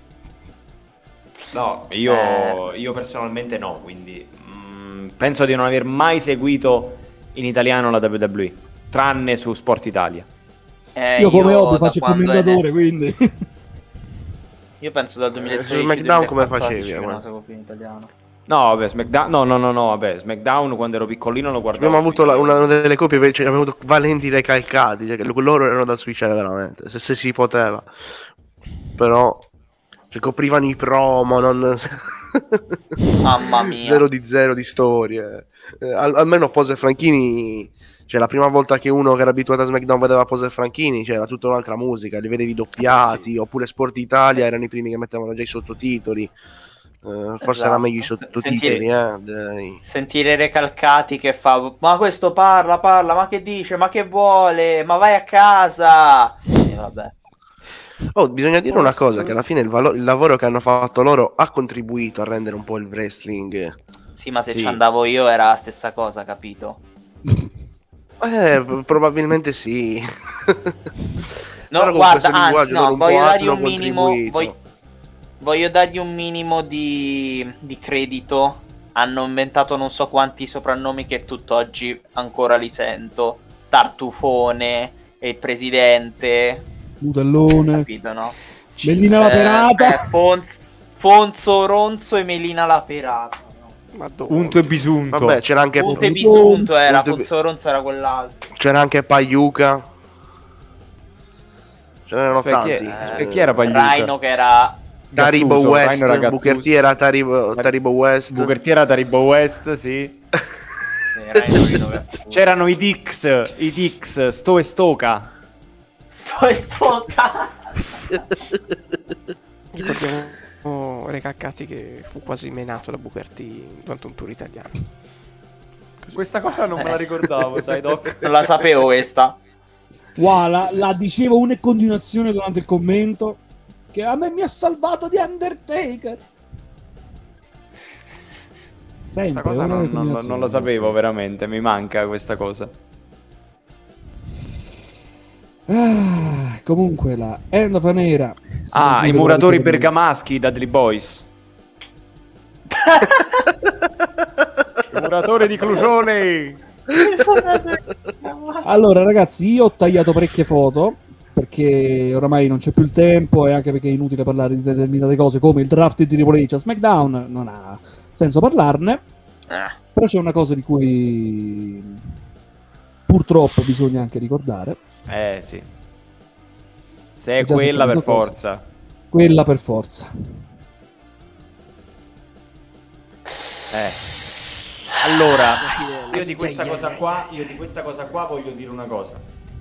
No, io personalmente no, quindi penso di non aver mai seguito in italiano la WWE, tranne su Sport Italia.
Io come ovvio faccio il commentatore, quindi...
Io penso dal 2013
su SmackDown come facevi?
Non seguo più in italiano.
No, vabbè, SmackDown, no, vabbè, SmackDown quando ero piccolino lo guardavo.
Abbiamo avuto una delle coppie, cioè, abbiamo avuto valenti recalcati, cioè, loro erano da switchare veramente, se si poteva. Però cioè, coprivano i promo, non...
Mamma mia.
Zero di storie. Almeno Pose e Franchini, cioè la prima volta che uno che era abituato a SmackDown vedeva Pose e Franchini c'era tutta un'altra musica, li vedevi doppiati, sì. Oppure Sport Italia erano i primi che mettevano già i sottotitoli. Forse
esatto.
era meglio i sottotitoli.
Sentire Recalcati che fa: ma questo parla, ma che dice, ma che vuole, ma vai a casa. E vabbè.
Bisogna dire una cosa, che alla fine il lavoro che hanno fatto loro ha contribuito a rendere un po' il wrestling.
Sì, ma se ci andavo io era la stessa cosa, capito?
Probabilmente sì.
No, guarda, anzi, no, voglio dargli un minimo. Voglio dargli un minimo di credito. Hanno inventato non so quanti soprannomi che tutt'oggi ancora li sento. Tartufone, il presidente,
Mutellone,
capito, no?
Melina la Perata,
Fonzo Ronzo e Melina la Perata.
Unto e Bisunto.
Vabbè, c'era anche
Unto e Bisunto era, Fonzo Ronzo era quell'altro.
C'era anche Paiuca. Ce n'erano tanti.
Chi era Paiuca?
Rhino che era
Taribo West, Booker T era Taribo West.
Booker T era Taribo West, sì. C'erano i Dix, Sto e Stoca.
Ricordiamo Recalcati che fu quasi menato da Booker T durante un tour italiano.
Così. Questa cosa non me la ricordavo, sai, Doc?
Non la sapevo questa.
Wow, la dicevo una in continuazione durante il commento, che a me mi ha salvato di Undertaker. Sempre,
questa cosa non lo sapevo veramente, mi manca questa cosa.
Comunque la End of an Era.
I muratori bergamaschi, i Dudley Boys. I muratori di Clusione.
Allora ragazzi, io ho tagliato parecchie foto perché oramai non c'è più il tempo e anche perché è inutile parlare di determinate cose come il draft di Triple H a SmackDown, non ha senso parlarne. Però c'è una cosa di cui purtroppo bisogna anche ricordare.
Sì. Se è quella per forza.
Quella per forza.
Allora, io di questa cosa qua voglio dire una cosa.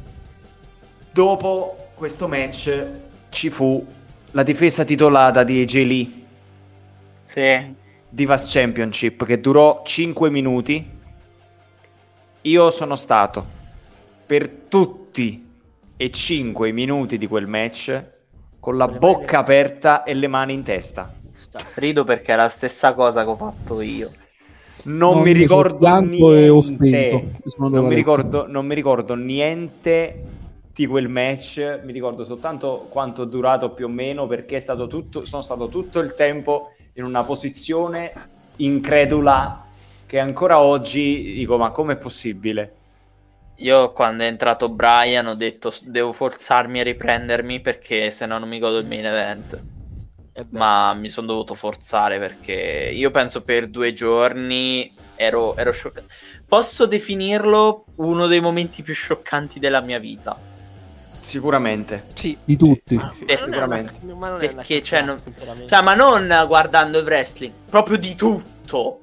Dopo questo match ci fu la difesa titolata di AJ Lee.
Sì.
Divas Championship, che durò 5 minuti. Io sono stato per tutti e 5 minuti di quel match con la bocca aperta e le mani in testa.
Rido perché è la stessa cosa che ho fatto io.
Non mi ricordo niente. Non mi ricordo niente di quel match. Mi ricordo soltanto quanto è durato più o meno, perché sono stato tutto il tempo in una posizione incredula che ancora oggi dico: ma com'è possibile?
Io quando è entrato Brian ho detto devo forzarmi a riprendermi perché se no non mi godo il main event. Ma mi sono dovuto forzare perché io penso per 2 giorni ero scioccato. Posso definirlo uno dei momenti più scioccanti della mia vita.
Sicuramente.
Sì.
Di tutti.
Sicuramente. Perché ma non guardando il wrestling, proprio di tutto. tutto.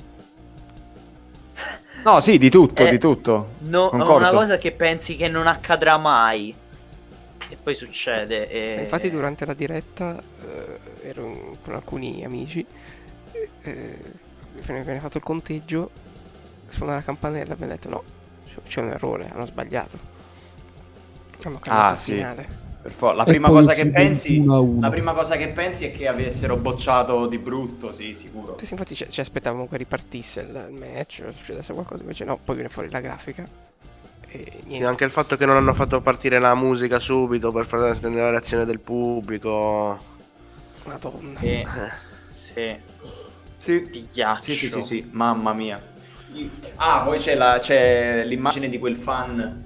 No, sì, di tutto, di tutto.
No,
Concordo.
una cosa che pensi che non accadrà mai e poi succede.
Infatti durante la diretta ero con alcuni amici, viene fatto il conteggio, suona la campanella e mi ha detto no, c'è un errore, hanno sbagliato, hanno cambiato il finale.
La
E
prima
poi
cosa
si
che pensi,
21-1.
la prima cosa che pensi è che avessero bocciato di brutto, sì, sicuro.
Sì, infatti ci aspettavamo che ripartisse il match, succedesse qualcosa, invece no, poi viene fuori la grafica e niente.
Sì, anche il fatto che non hanno fatto partire la musica subito per far sentire la reazione del pubblico.
Madonna.
Sì.
Sì.
Ti ghiaccio.
Sì, mamma mia. Poi c'è l'immagine di quel fan.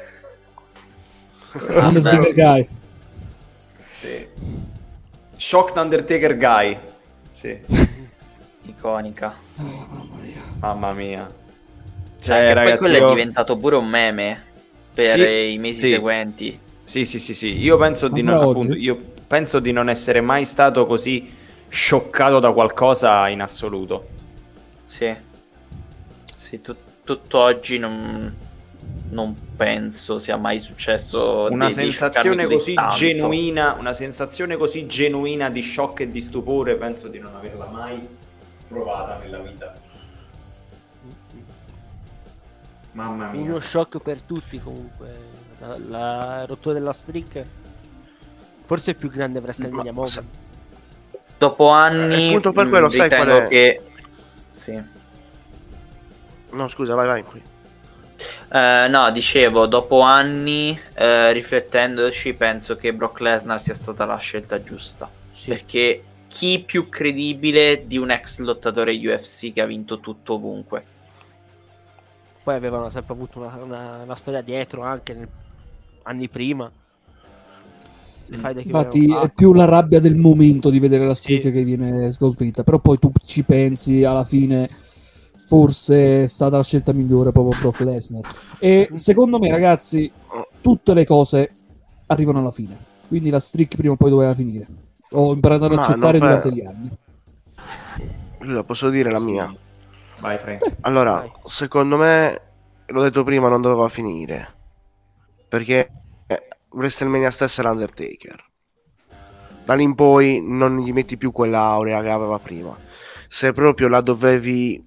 Undertaker Guy.
Sì. Shocked Undertaker Guy. Sì.
Iconica.
Mamma mia.
Cioè, che
ragazzi,
poi quello è diventato pure un meme per
Sì,
i mesi
sì.
seguenti.
Sì. Io penso di non,
Ancora
appunto,
oggi?
io penso di non essere mai stato così scioccato da qualcosa in assoluto.
Sì. Sì, tutt'oggi non penso sia mai successo
Una
di
sensazione
scioccarmi
così
tanto.
genuina, una sensazione così genuina di shock e di stupore, penso di non averla mai provata nella vita. Mamma mia.
Uno shock per tutti comunque. La rottura della streak forse è il più grande WrestleMania moment.
Dopo anni
appunto per quello, sai
ritengo
qual è?
che sì.
No, scusa, vai.
No, dicevo, dopo anni, riflettendoci, penso che Brock Lesnar sia stata la scelta giusta. Perché chi più credibile di un ex lottatore UFC che ha vinto tutto ovunque?
Poi avevano sempre avuto una storia dietro anche anni prima. Le faide che
Infatti
avevano
è
fatto.
più la rabbia del momento di vedere la streak
Sì.
che viene sconfitta, però poi tu ci pensi, alla fine forse è stata la scelta migliore proprio Brock Lesnar. E secondo me, ragazzi, tutte le cose arrivano alla fine, quindi la streak prima o poi doveva finire. Ho imparato ad
Ma
accettare
non
durante
pe-
gli anni.
Allora, posso dire la mia?
Vai, Frank.
Allora,
Vai.
secondo me, l'ho detto prima, non doveva finire. Perché WrestleMania stessa è l'Undertaker. Da lì in poi non gli metti più quella aurea che aveva prima. Se proprio la dovevi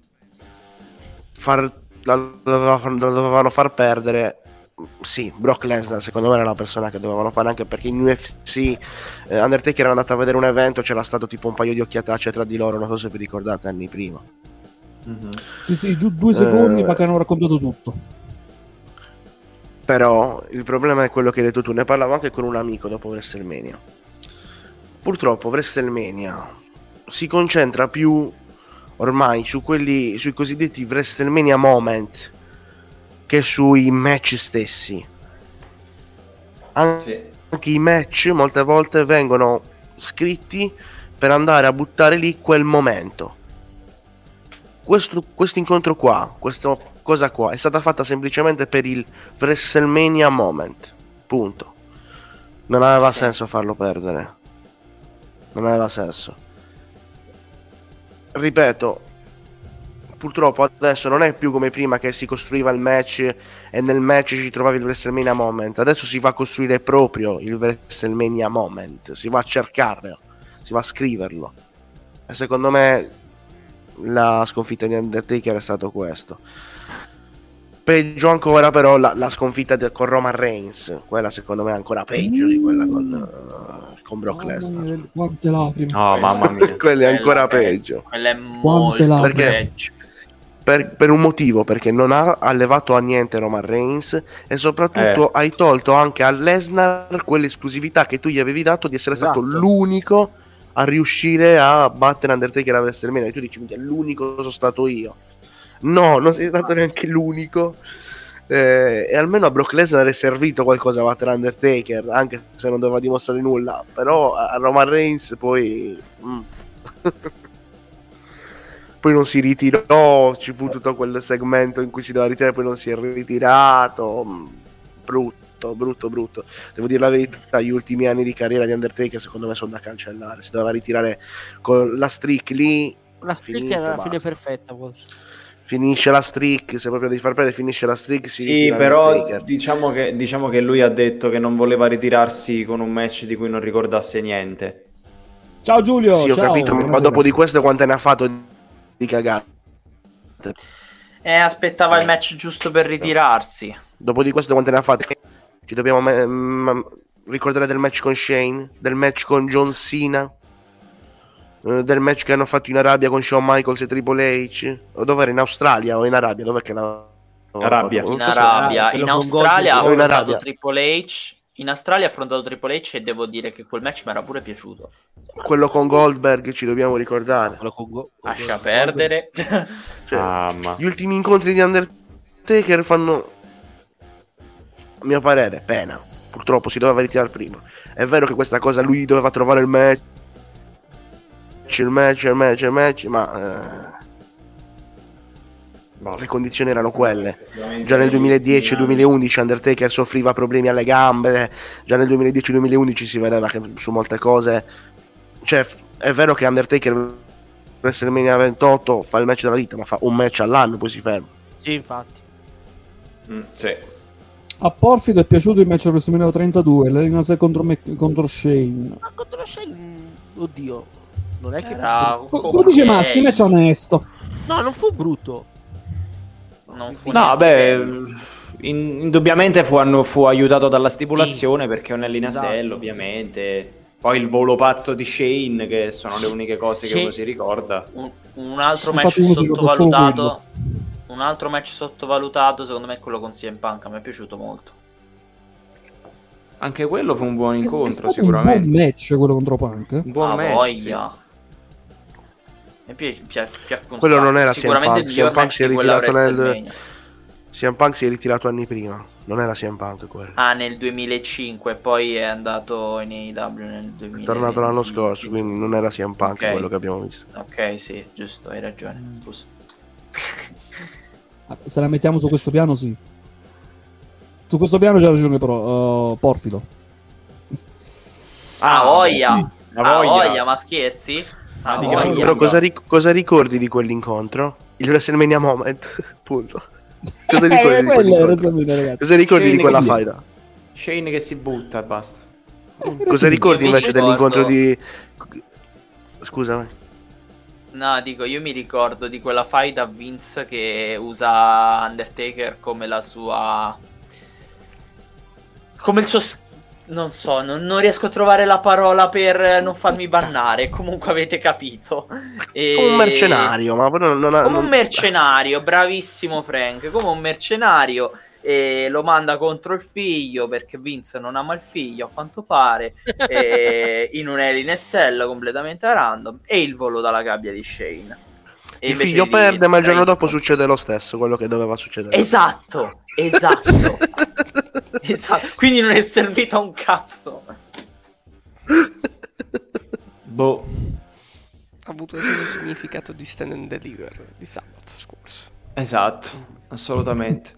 la dovevano far perdere, sì, Brock Lesnar secondo me era la persona che dovevano fare, anche perché in UFC Undertaker era andato a vedere un evento, c'era stato tipo un paio di occhiatacce tra di loro, non so se vi ricordate, anni prima.
Sì, giù 2 secondi ma che hanno raccontato tutto.
Però il problema è quello che hai detto tu, ne parlavo anche con un amico dopo WrestleMania. Purtroppo WrestleMania si concentra più ormai sui cosiddetti WrestleMania moment che sui match stessi. Anche i match molte volte vengono scritti per andare a buttare lì quel momento. Questo incontro qua, questa cosa qua è stata fatta semplicemente per il WrestleMania moment, punto. Non aveva senso farlo perdere, non aveva senso. Ripeto, purtroppo adesso non è più come prima che si costruiva il match e nel match ci trovavi il WrestleMania moment. Adesso si va a costruire proprio il WrestleMania moment, si va a cercarlo, si va a scriverlo. E secondo me la sconfitta di Undertaker è stato questo. Peggio ancora però la sconfitta con Roman Reigns, quella secondo me è ancora peggio di quella con Brock Lesnar.
Quante lacrime.
Oh, mamma mia.
Quella è ancora peggio.
Quella è molto
lacrime.
peggio.
Per un motivo, perché non ha allevato a niente Roman Reigns e soprattutto hai tolto anche a Lesnar quell'esclusività che tu gli avevi dato di essere stato l'unico a riuscire a battere Undertaker a WrestleMania. E tu dici, è l'unico sono stato io. No, non sei stato neanche l'unico. E almeno a Brock Lesnar è servito qualcosa a battere Undertaker, anche se non doveva dimostrare nulla. Però a Roman Reigns poi poi non si ritirò, ci fu tutto quel segmento in cui si doveva ritirare, poi non si è ritirato. Brutto. Devo dire la verità, gli ultimi anni di carriera di Undertaker secondo me sono da cancellare. Si doveva ritirare con la streak lì,
La streak
Finito,
era la fine
basta.
perfetta. forse.
Finisce la streak, se proprio devi far perdere, finisce la streak.
Sì, però diciamo che lui ha detto che non voleva ritirarsi con un match di cui non ricordasse niente.
Ciao Giulio,
Sì, ho
ciao,
capito, ma
buonasera.
dopo di questo quante ne ha fatto di cagate?
Aspettava il match giusto per ritirarsi.
Dopo di questo quante ne ha fatte? Ci dobbiamo ricordare del match con Shane, del match con John Cena, del match che hanno fatto in Arabia con Shawn Michaels e Triple H. O dove era? In Australia o in Arabia? Dov'è che
Arabia.
In Arabia,
quello
in
con
Australia ha
Goldberg.
In
affrontato
Arabia.
Triple H. In Australia ha affrontato Triple H e devo dire che quel match mi era pure piaciuto.
Quello con Goldberg ci dobbiamo ricordare.
Quello con
Lascia perdere.
Cioè,
Mamma.
gli ultimi incontri di Undertaker fanno, a mio parere, pena. Purtroppo si doveva ritirare prima. È vero che questa cosa lui doveva trovare il match, ma le condizioni erano quelle. Già nel 2010-2011 Undertaker soffriva problemi alle gambe. Già nel 2010-2011 si vedeva che su molte cose, cioè, è vero che Undertaker WrestleMania 28 fa il match della vita, ma fa un match all'anno, poi si ferma.
Sì, infatti.
Sì.
A Porfido è piaciuto il match WrestleMania 32, l'Elena Se contro Shane.
Ma contro Shane, oddio, non è che
Era
Come dice Massi, match onesto.
no, non fu brutto.
Non fu
No,
neanche
beh,
bello.
indubbiamente fu aiutato dalla stipulazione perché è un Hell in a
Esatto.
Cell, ovviamente. Poi il volo pazzo di Shane, che sono le uniche cose che
Sì.
uno si ricorda.
Un altro
Sì,
match
infatti uno si ricorda solo
sottovalutato. Un altro match sottovalutato, secondo me, è quello con CM Punk. Mi è piaciuto molto.
Anche quello fu un buon
È
incontro,
stato
sicuramente.
un buon match quello contro Punk.
Un buon
Ah,
match,
voglia. Mi piace un
Quello
sacco.
non era CM
sicuramente
Punk.
il miglior
CM Punk
match
si è
di quella
ritirato nel
WrestleMania.
CM Punk si è ritirato anni prima. Non era CM Punk quello.
Ah, nel 2005, poi è andato in AEW nel 2020.
È tornato l'anno scorso, quindi non era CM Punk
Ok.
quello che abbiamo visto.
Ok, sì, giusto, hai ragione. Scusa.
Se la mettiamo su questo piano, sì. Su questo piano c'ha ragione, però. Porfido.
Ah, voglia.
sì,
Ah,
voglia.
voglia, ma scherzi? Ah,
di
voglia.
gran
Però cosa ricordi di quell'incontro? Il WrestleMania Moment, punto. Cosa ricordi di
quello è
quell'incontro?
WrestleMania, ragazzi.
Cosa ricordi
Shane
di quella
che si-
faida?
Shane che si butta e basta.
Cosa ricordi
Io mi
invece
ricordo-
dell'incontro di... Scusami.
No, dico, io mi ricordo di quella fight a Vince che usa Undertaker come la sua... come il suo... non so, non riesco a trovare la parola per non farmi bannare. Comunque avete capito. E...
Come un mercenario, ma però non ha...
Come un
non-
mercenario, bravissimo Frank, come un mercenario, e lo manda contro il figlio perché Vince non ama il figlio a quanto pare, in un Hell in a Cell completamente a random, e il volo dalla gabbia di Shane. E
Il
invece
figlio
di-
perde, ma il giorno dopo
Kingston.
succede lo stesso, quello che doveva succedere.
Esatto. Esatto, quindi non è servito a un cazzo.
Boh.
Ha avuto il suo significato di Stand and Deliver di sabato scorso.
Esatto, assolutamente.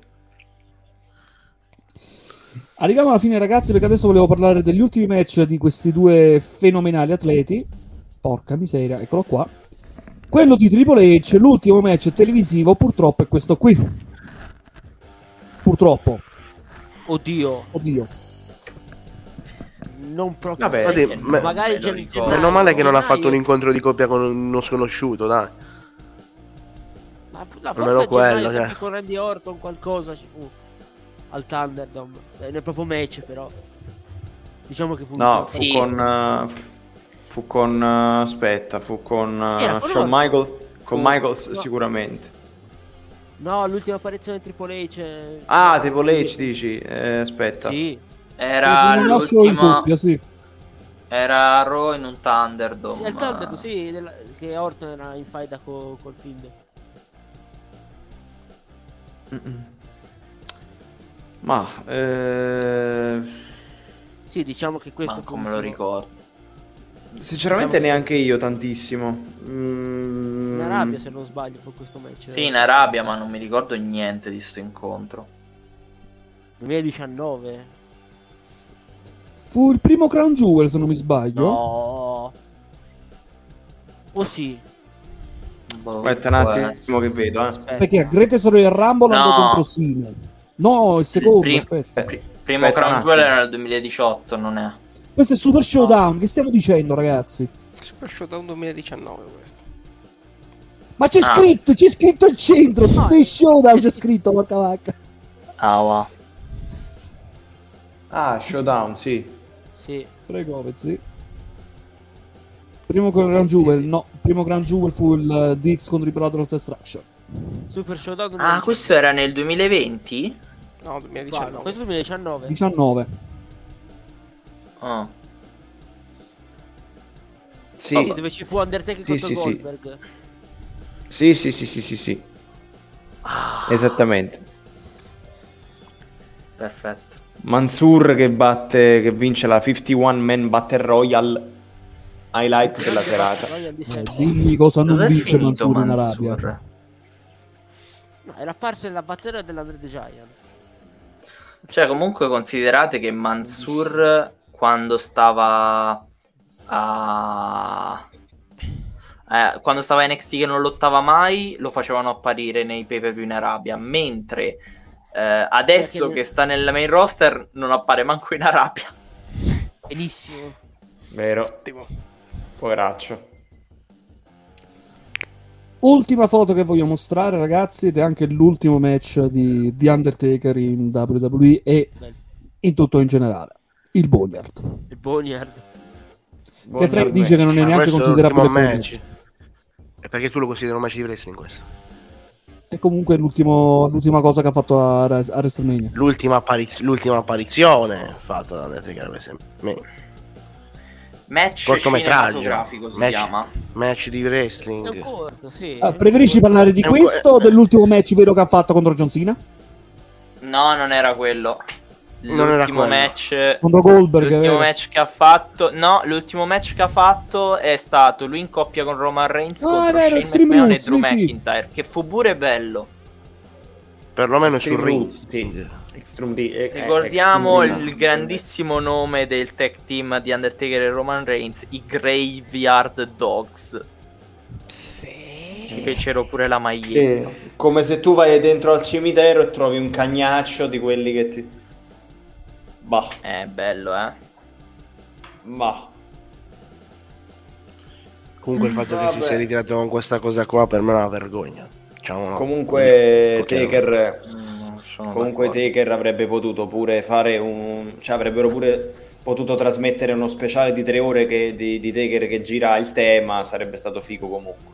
Arriviamo alla fine, ragazzi, perché adesso volevo parlare degli ultimi match di questi due fenomenali atleti. Porca miseria, eccolo qua. Quello di Triple H, l'ultimo match televisivo, purtroppo è questo qui. Purtroppo.
Oddio,
Oddio.
non proprio.
Vabbè,
Guardi,
che
me-
magari
me lo ricordo.
Meno male che non ha
gennaio.
fatto un incontro di coppia con uno sconosciuto, dai.
Ma
Almeno
forse a gennaio
quello,
sempre
cioè.
con Randy Orton qualcosa ci fu al Thunderdome. Nel proprio match, però. Diciamo che fu
No,
un
fu
Sì.
fu con aspetta, fu con
Sì, era con
Shawn
Orton.
Michaels, con
Con-
Michaels
no.
sicuramente.
No, l'ultima apparizione di Triple H.
Ah, Triple H dici, aspetta.
Sì.
Era
Un osso in
l'ultima...
coppia, sì.
Era Raw in un Thunderdome.
Sì, al Thunderdome, sì, che Orton era in faida col Fiend.
Mm-mm. Ma
Sì, diciamo che questo
Manco
fu
me lo ricordo.
sinceramente neanche io tantissimo.
In Arabia, se non sbaglio, fu questo match.
Sì, in Arabia, ma non mi ricordo niente di sto incontro.
2019.
Fu il primo Crown Jewel, se non mi sbaglio.
No. Oh sì.
Aspetta un attimo che vedo.
Perché a Greatest Royal Rumble andò
No.
contro Cena. No, il secondo, aspetta.
Primo
Aspetta un
Crown
attimo.
Jewel era nel 2018, non è?
Questo è Super Showdown, che stiamo dicendo, ragazzi?
Super Showdown 2019 questo.
Ma c'è scritto al centro, su dei Showdown c'è scritto, porca vacca.
Wow.
Ah, Showdown, sì.
Sì.
Prego, Vezzi. Primo Grand Jewel, no. Primo Grand Jewel fu il Dix contro i Brother of Destruction.
Super Showdown
Ah,
2019.
questo era nel 2020?
No, 2019.
Questo è 2019.
19.
Oh.
Sì.
Sì, dove ci fu Undertaker
Sì,
contro
sì, sì.
Goldberg.
Sì. Esattamente.
Perfetto.
Mansur che vince la 51 Man Battle Royale, highlight della serata.
Dimmi cosa non
Dov'è
vince
finito
Mansur in
Mansur?
Arabia.
No, era apparso nella batteria dell'Andre the Giant.
Cioè, comunque considerate che Mansur quando stava quando stava in NXT che non lottava mai, lo facevano apparire nei pay-per-view in Arabia, mentre adesso che sta nel main roster non appare manco in Arabia.
Benissimo.
Vero.
Ottimo.
Poveraccio.
Ultima foto che voglio mostrare, ragazzi, ed è anche l'ultimo match di The Undertaker in WWE e in tutto in generale. Il Boneyard.
Il Boneyard.
Che Frank dice che non è
Ma
neanche
questo
considerabile
l'ultimo
come
match. E perché tu lo consideri un match di wrestling questo?
È comunque l'ultima cosa che ha fatto a WrestleMania.
L'ultima apparizione fatta da Undertaker a WrestleMania.
Match
Cortometraggio.
cinematografico si
Match-
chiama.
Match di
È un
wrestling.
corto, sì.
Preferisci parlare di
È un
questo o dell'ultimo match vero che ha fatto contro John Cena?
No, non era quello.
Non era
L'ultimo
quello.
match.
Contro Goldberg,
L'ultimo
vero?
match che ha fatto. No, l'ultimo match che ha fatto è stato lui in coppia con Roman Reigns
Ah,
contro
è vero,
Shane
Extreme
McMahon e
Rules,
Drew
sì, sì.
McIntyre. Che fu pure bello.
Perlomeno sul
Extreme
ring.
Rules, sì.
Ricordiamo
Extreme
il grandissimo nome del tag team di Undertaker e Roman Reigns, i Graveyard Dogs. Ci fecero pure la maglietta.
Come se tu vai dentro al cimitero e trovi un cagnaccio di quelli che ti... Bah,
È bello, eh.
bah.
Comunque il fatto che si
Vabbè.
sia ritirato con questa cosa qua per me è una vergogna. Diciamo,
Comunque
Ok.
Taker...
Non sono
Comunque
d'accordo.
Taker avrebbe potuto pure fare un... Cioè avrebbero pure potuto trasmettere uno speciale di 3 ore di Taker che gira il tema, sarebbe stato figo comunque.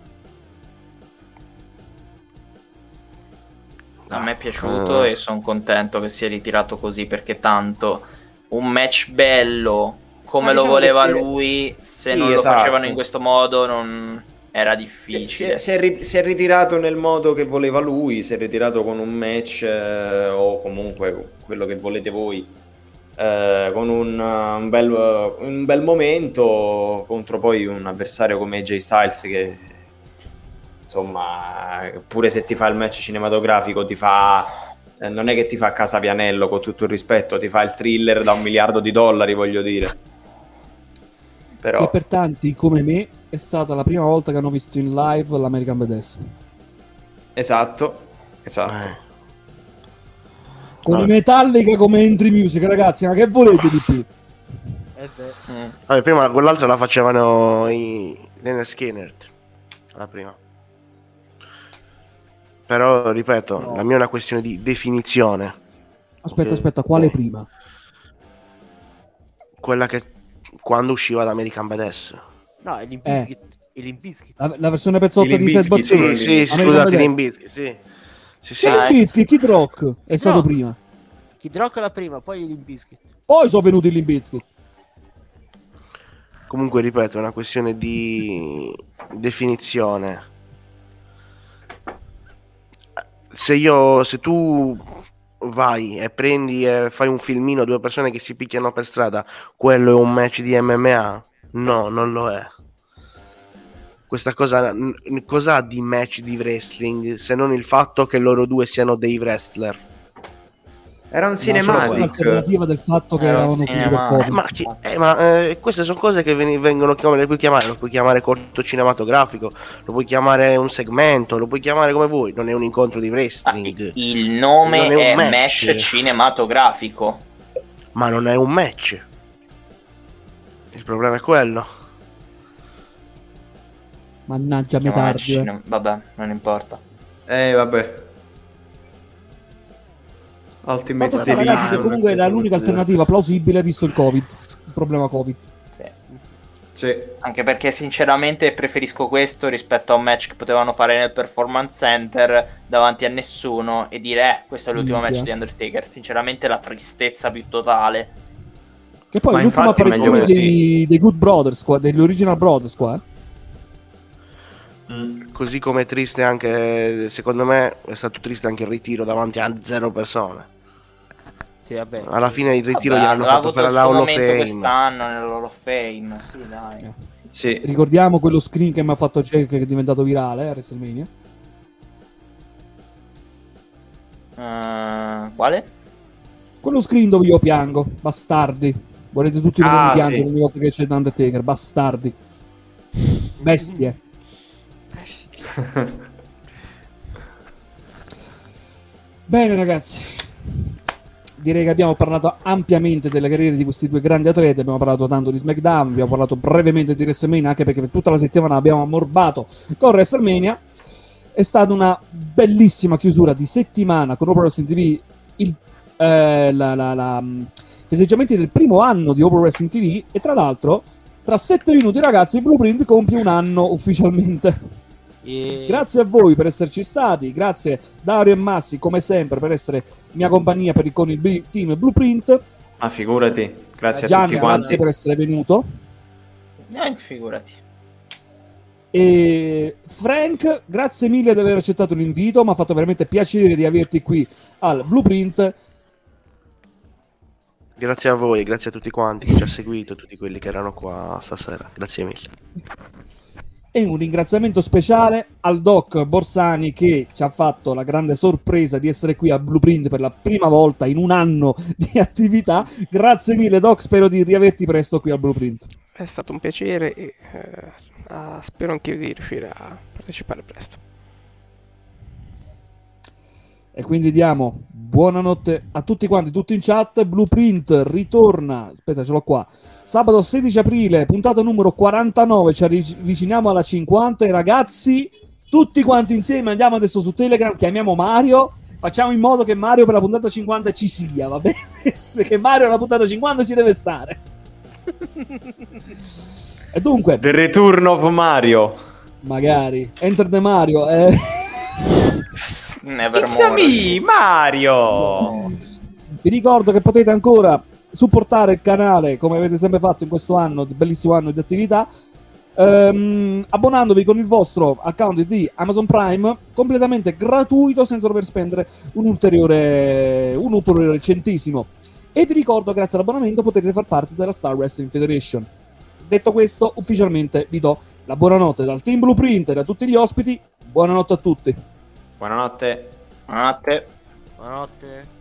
A me è piaciuto e sono contento che sia ritirato così, perché tanto un match bello come
Ma
lo
diciamo
voleva
che
lui, se
Sì,
non
esatto.
lo facevano in questo modo non era difficile.
Si è ritirato nel modo che voleva lui, si è ritirato con un match o comunque quello che volete voi, con un bel momento contro poi un avversario come AJ Styles che insomma pure se ti fa il match cinematografico ti fa non è che ti fa Casa Pianello, con tutto il rispetto, ti fa il thriller da $1 miliardo, voglio dire. Però
Che per tanti come me è stata la prima volta che hanno visto in live l'American Badass.
esatto.
Con
Vabbè.
i Metallica come entry music, ragazzi, ma che volete di più?
Vabbè, prima quell'altra la facevano i Lynyrd Skynyrd, la prima. Però, ripeto, la mia è una questione di definizione.
Aspetta, quale prima?
Quella che quando usciva da American Badass.
No, è Limp Bizkit. Il Limp Bizkit.
La versione pezzotto di Sad But
Sì,
True?
sì,
American
scusate,
Badass.
Limp Bizkit, sì. Sì, sì.
Limp Bizkit, Kid Rock è stato prima.
Kid Rock la prima, poi Limp Bizkit.
Poi sono venuti i Limp Bizkit.
Comunque, ripeto, è una questione di definizione. Se tu vai e prendi e fai un filmino, 2 persone che si picchiano per strada, quello è un match di MMA? No, non lo è. Questa cosa ha di match di wrestling se non il fatto che loro due siano dei wrestler?
Era un
Una
cinematic.
alternativa del fatto che
Era un
eravamo chiusi per
cinematic.
Covid.
Queste sono cose che vengono chiamate, le puoi chiamare, lo puoi chiamare corto cinematografico, lo puoi chiamare un segmento, lo puoi chiamare come vuoi, non è un incontro di wrestling.
Il nome
Non
è
un
match cinematografico.
Ma non è un match. Il problema è quello.
Mannaggia,
Si chiama match
metardi.
Vabbè, non importa.
Vabbè. Ultimate
Fatto sta, ragazzi, che comunque era l'unica alternativa plausibile visto il Covid, il problema Covid.
Sì.
Anche perché sinceramente preferisco questo rispetto a un match che potevano fare nel Performance Center davanti a nessuno e dire questo è l'ultimo match di Undertaker. Sinceramente la tristezza più totale.
Che poi
Ma
l'ultima
infatti
apparizione
meglio
dei Good Brothers qua, degli Original Brothers qua.
Così come è triste anche, secondo me, è stato triste anche il ritiro davanti a 0 persone.
Sì, vabbè.
Alla fine il ritiro
Vabbè,
gliel'hanno
aveva
fatto
avuto
fare
il
alla
suo
Hall of
momento
Fame.
quest'anno nell'Hall of Fame. Sì, dai.
Sì.
Ricordiamo quello screen che mi ha fatto Jack che è diventato virale a WrestleMania.
Quale?
Quello screen dove io piango, bastardi. Volete tutti vedermi piangere
sì.
ogni volta che c'è Undertaker, bastardi. Bestie. Bene ragazzi, direi che abbiamo parlato ampiamente delle carriere di questi due grandi atleti, abbiamo parlato tanto di SmackDown, abbiamo parlato brevemente di WrestleMania, anche perché per tutta la settimana abbiamo ammorbato con WrestleMania. È stata una bellissima chiusura di settimana con Open Wrestling TV, i festeggiamenti del primo anno di Open Wrestling TV, e tra l'altro tra 7 minuti ragazzi Blueprint compie un anno ufficialmente. Grazie a voi per esserci stati, grazie Dario e Massi come sempre per essere mia compagnia con il team Blueprint.
Ma figurati, grazie
Gianni,
a tutti quanti.
grazie per essere venuto.
Figurati.
E Frank, grazie mille di aver accettato l'invito, mi ha fatto veramente piacere di averti qui al Blueprint.
Grazie a voi, grazie a tutti quanti che ci ha seguito, tutti quelli che erano qua stasera. Grazie mille.
E un ringraziamento speciale al Doc Borsani che ci ha fatto la grande sorpresa di essere qui a Blueprint per la prima volta in un anno di attività. Grazie mille Doc, spero di riaverti presto qui al Blueprint.
È stato un piacere e spero anche io di riuscire a partecipare presto.
E quindi diamo buonanotte a tutti quanti, tutti in chat. Blueprint ritorna, aspetta ce l'ho qua, sabato 16 aprile, puntata numero 49, ci avviciniamo alla 50 e ragazzi, tutti quanti insieme andiamo adesso su Telegram, chiamiamo Mario, facciamo in modo che Mario per la puntata 50 ci sia, va bene? Perché Mario alla puntata 50 ci deve stare. E dunque
The Return of Mario.
Magari Enter the Mario
It's me, Mario.
Vi ricordo che potete ancora supportare il canale come avete sempre fatto in questo anno, bellissimo anno di attività, abbonandovi con il vostro account di Amazon Prime completamente gratuito senza dover spendere un ulteriore centesimo. E vi ricordo, grazie all'abbonamento potete far parte della Star Wrestling Federation. Detto questo, ufficialmente vi do la buonanotte dal team Blueprint e da tutti gli ospiti. Buonanotte a tutti.
Buonanotte.
Buonanotte.
Buonanotte.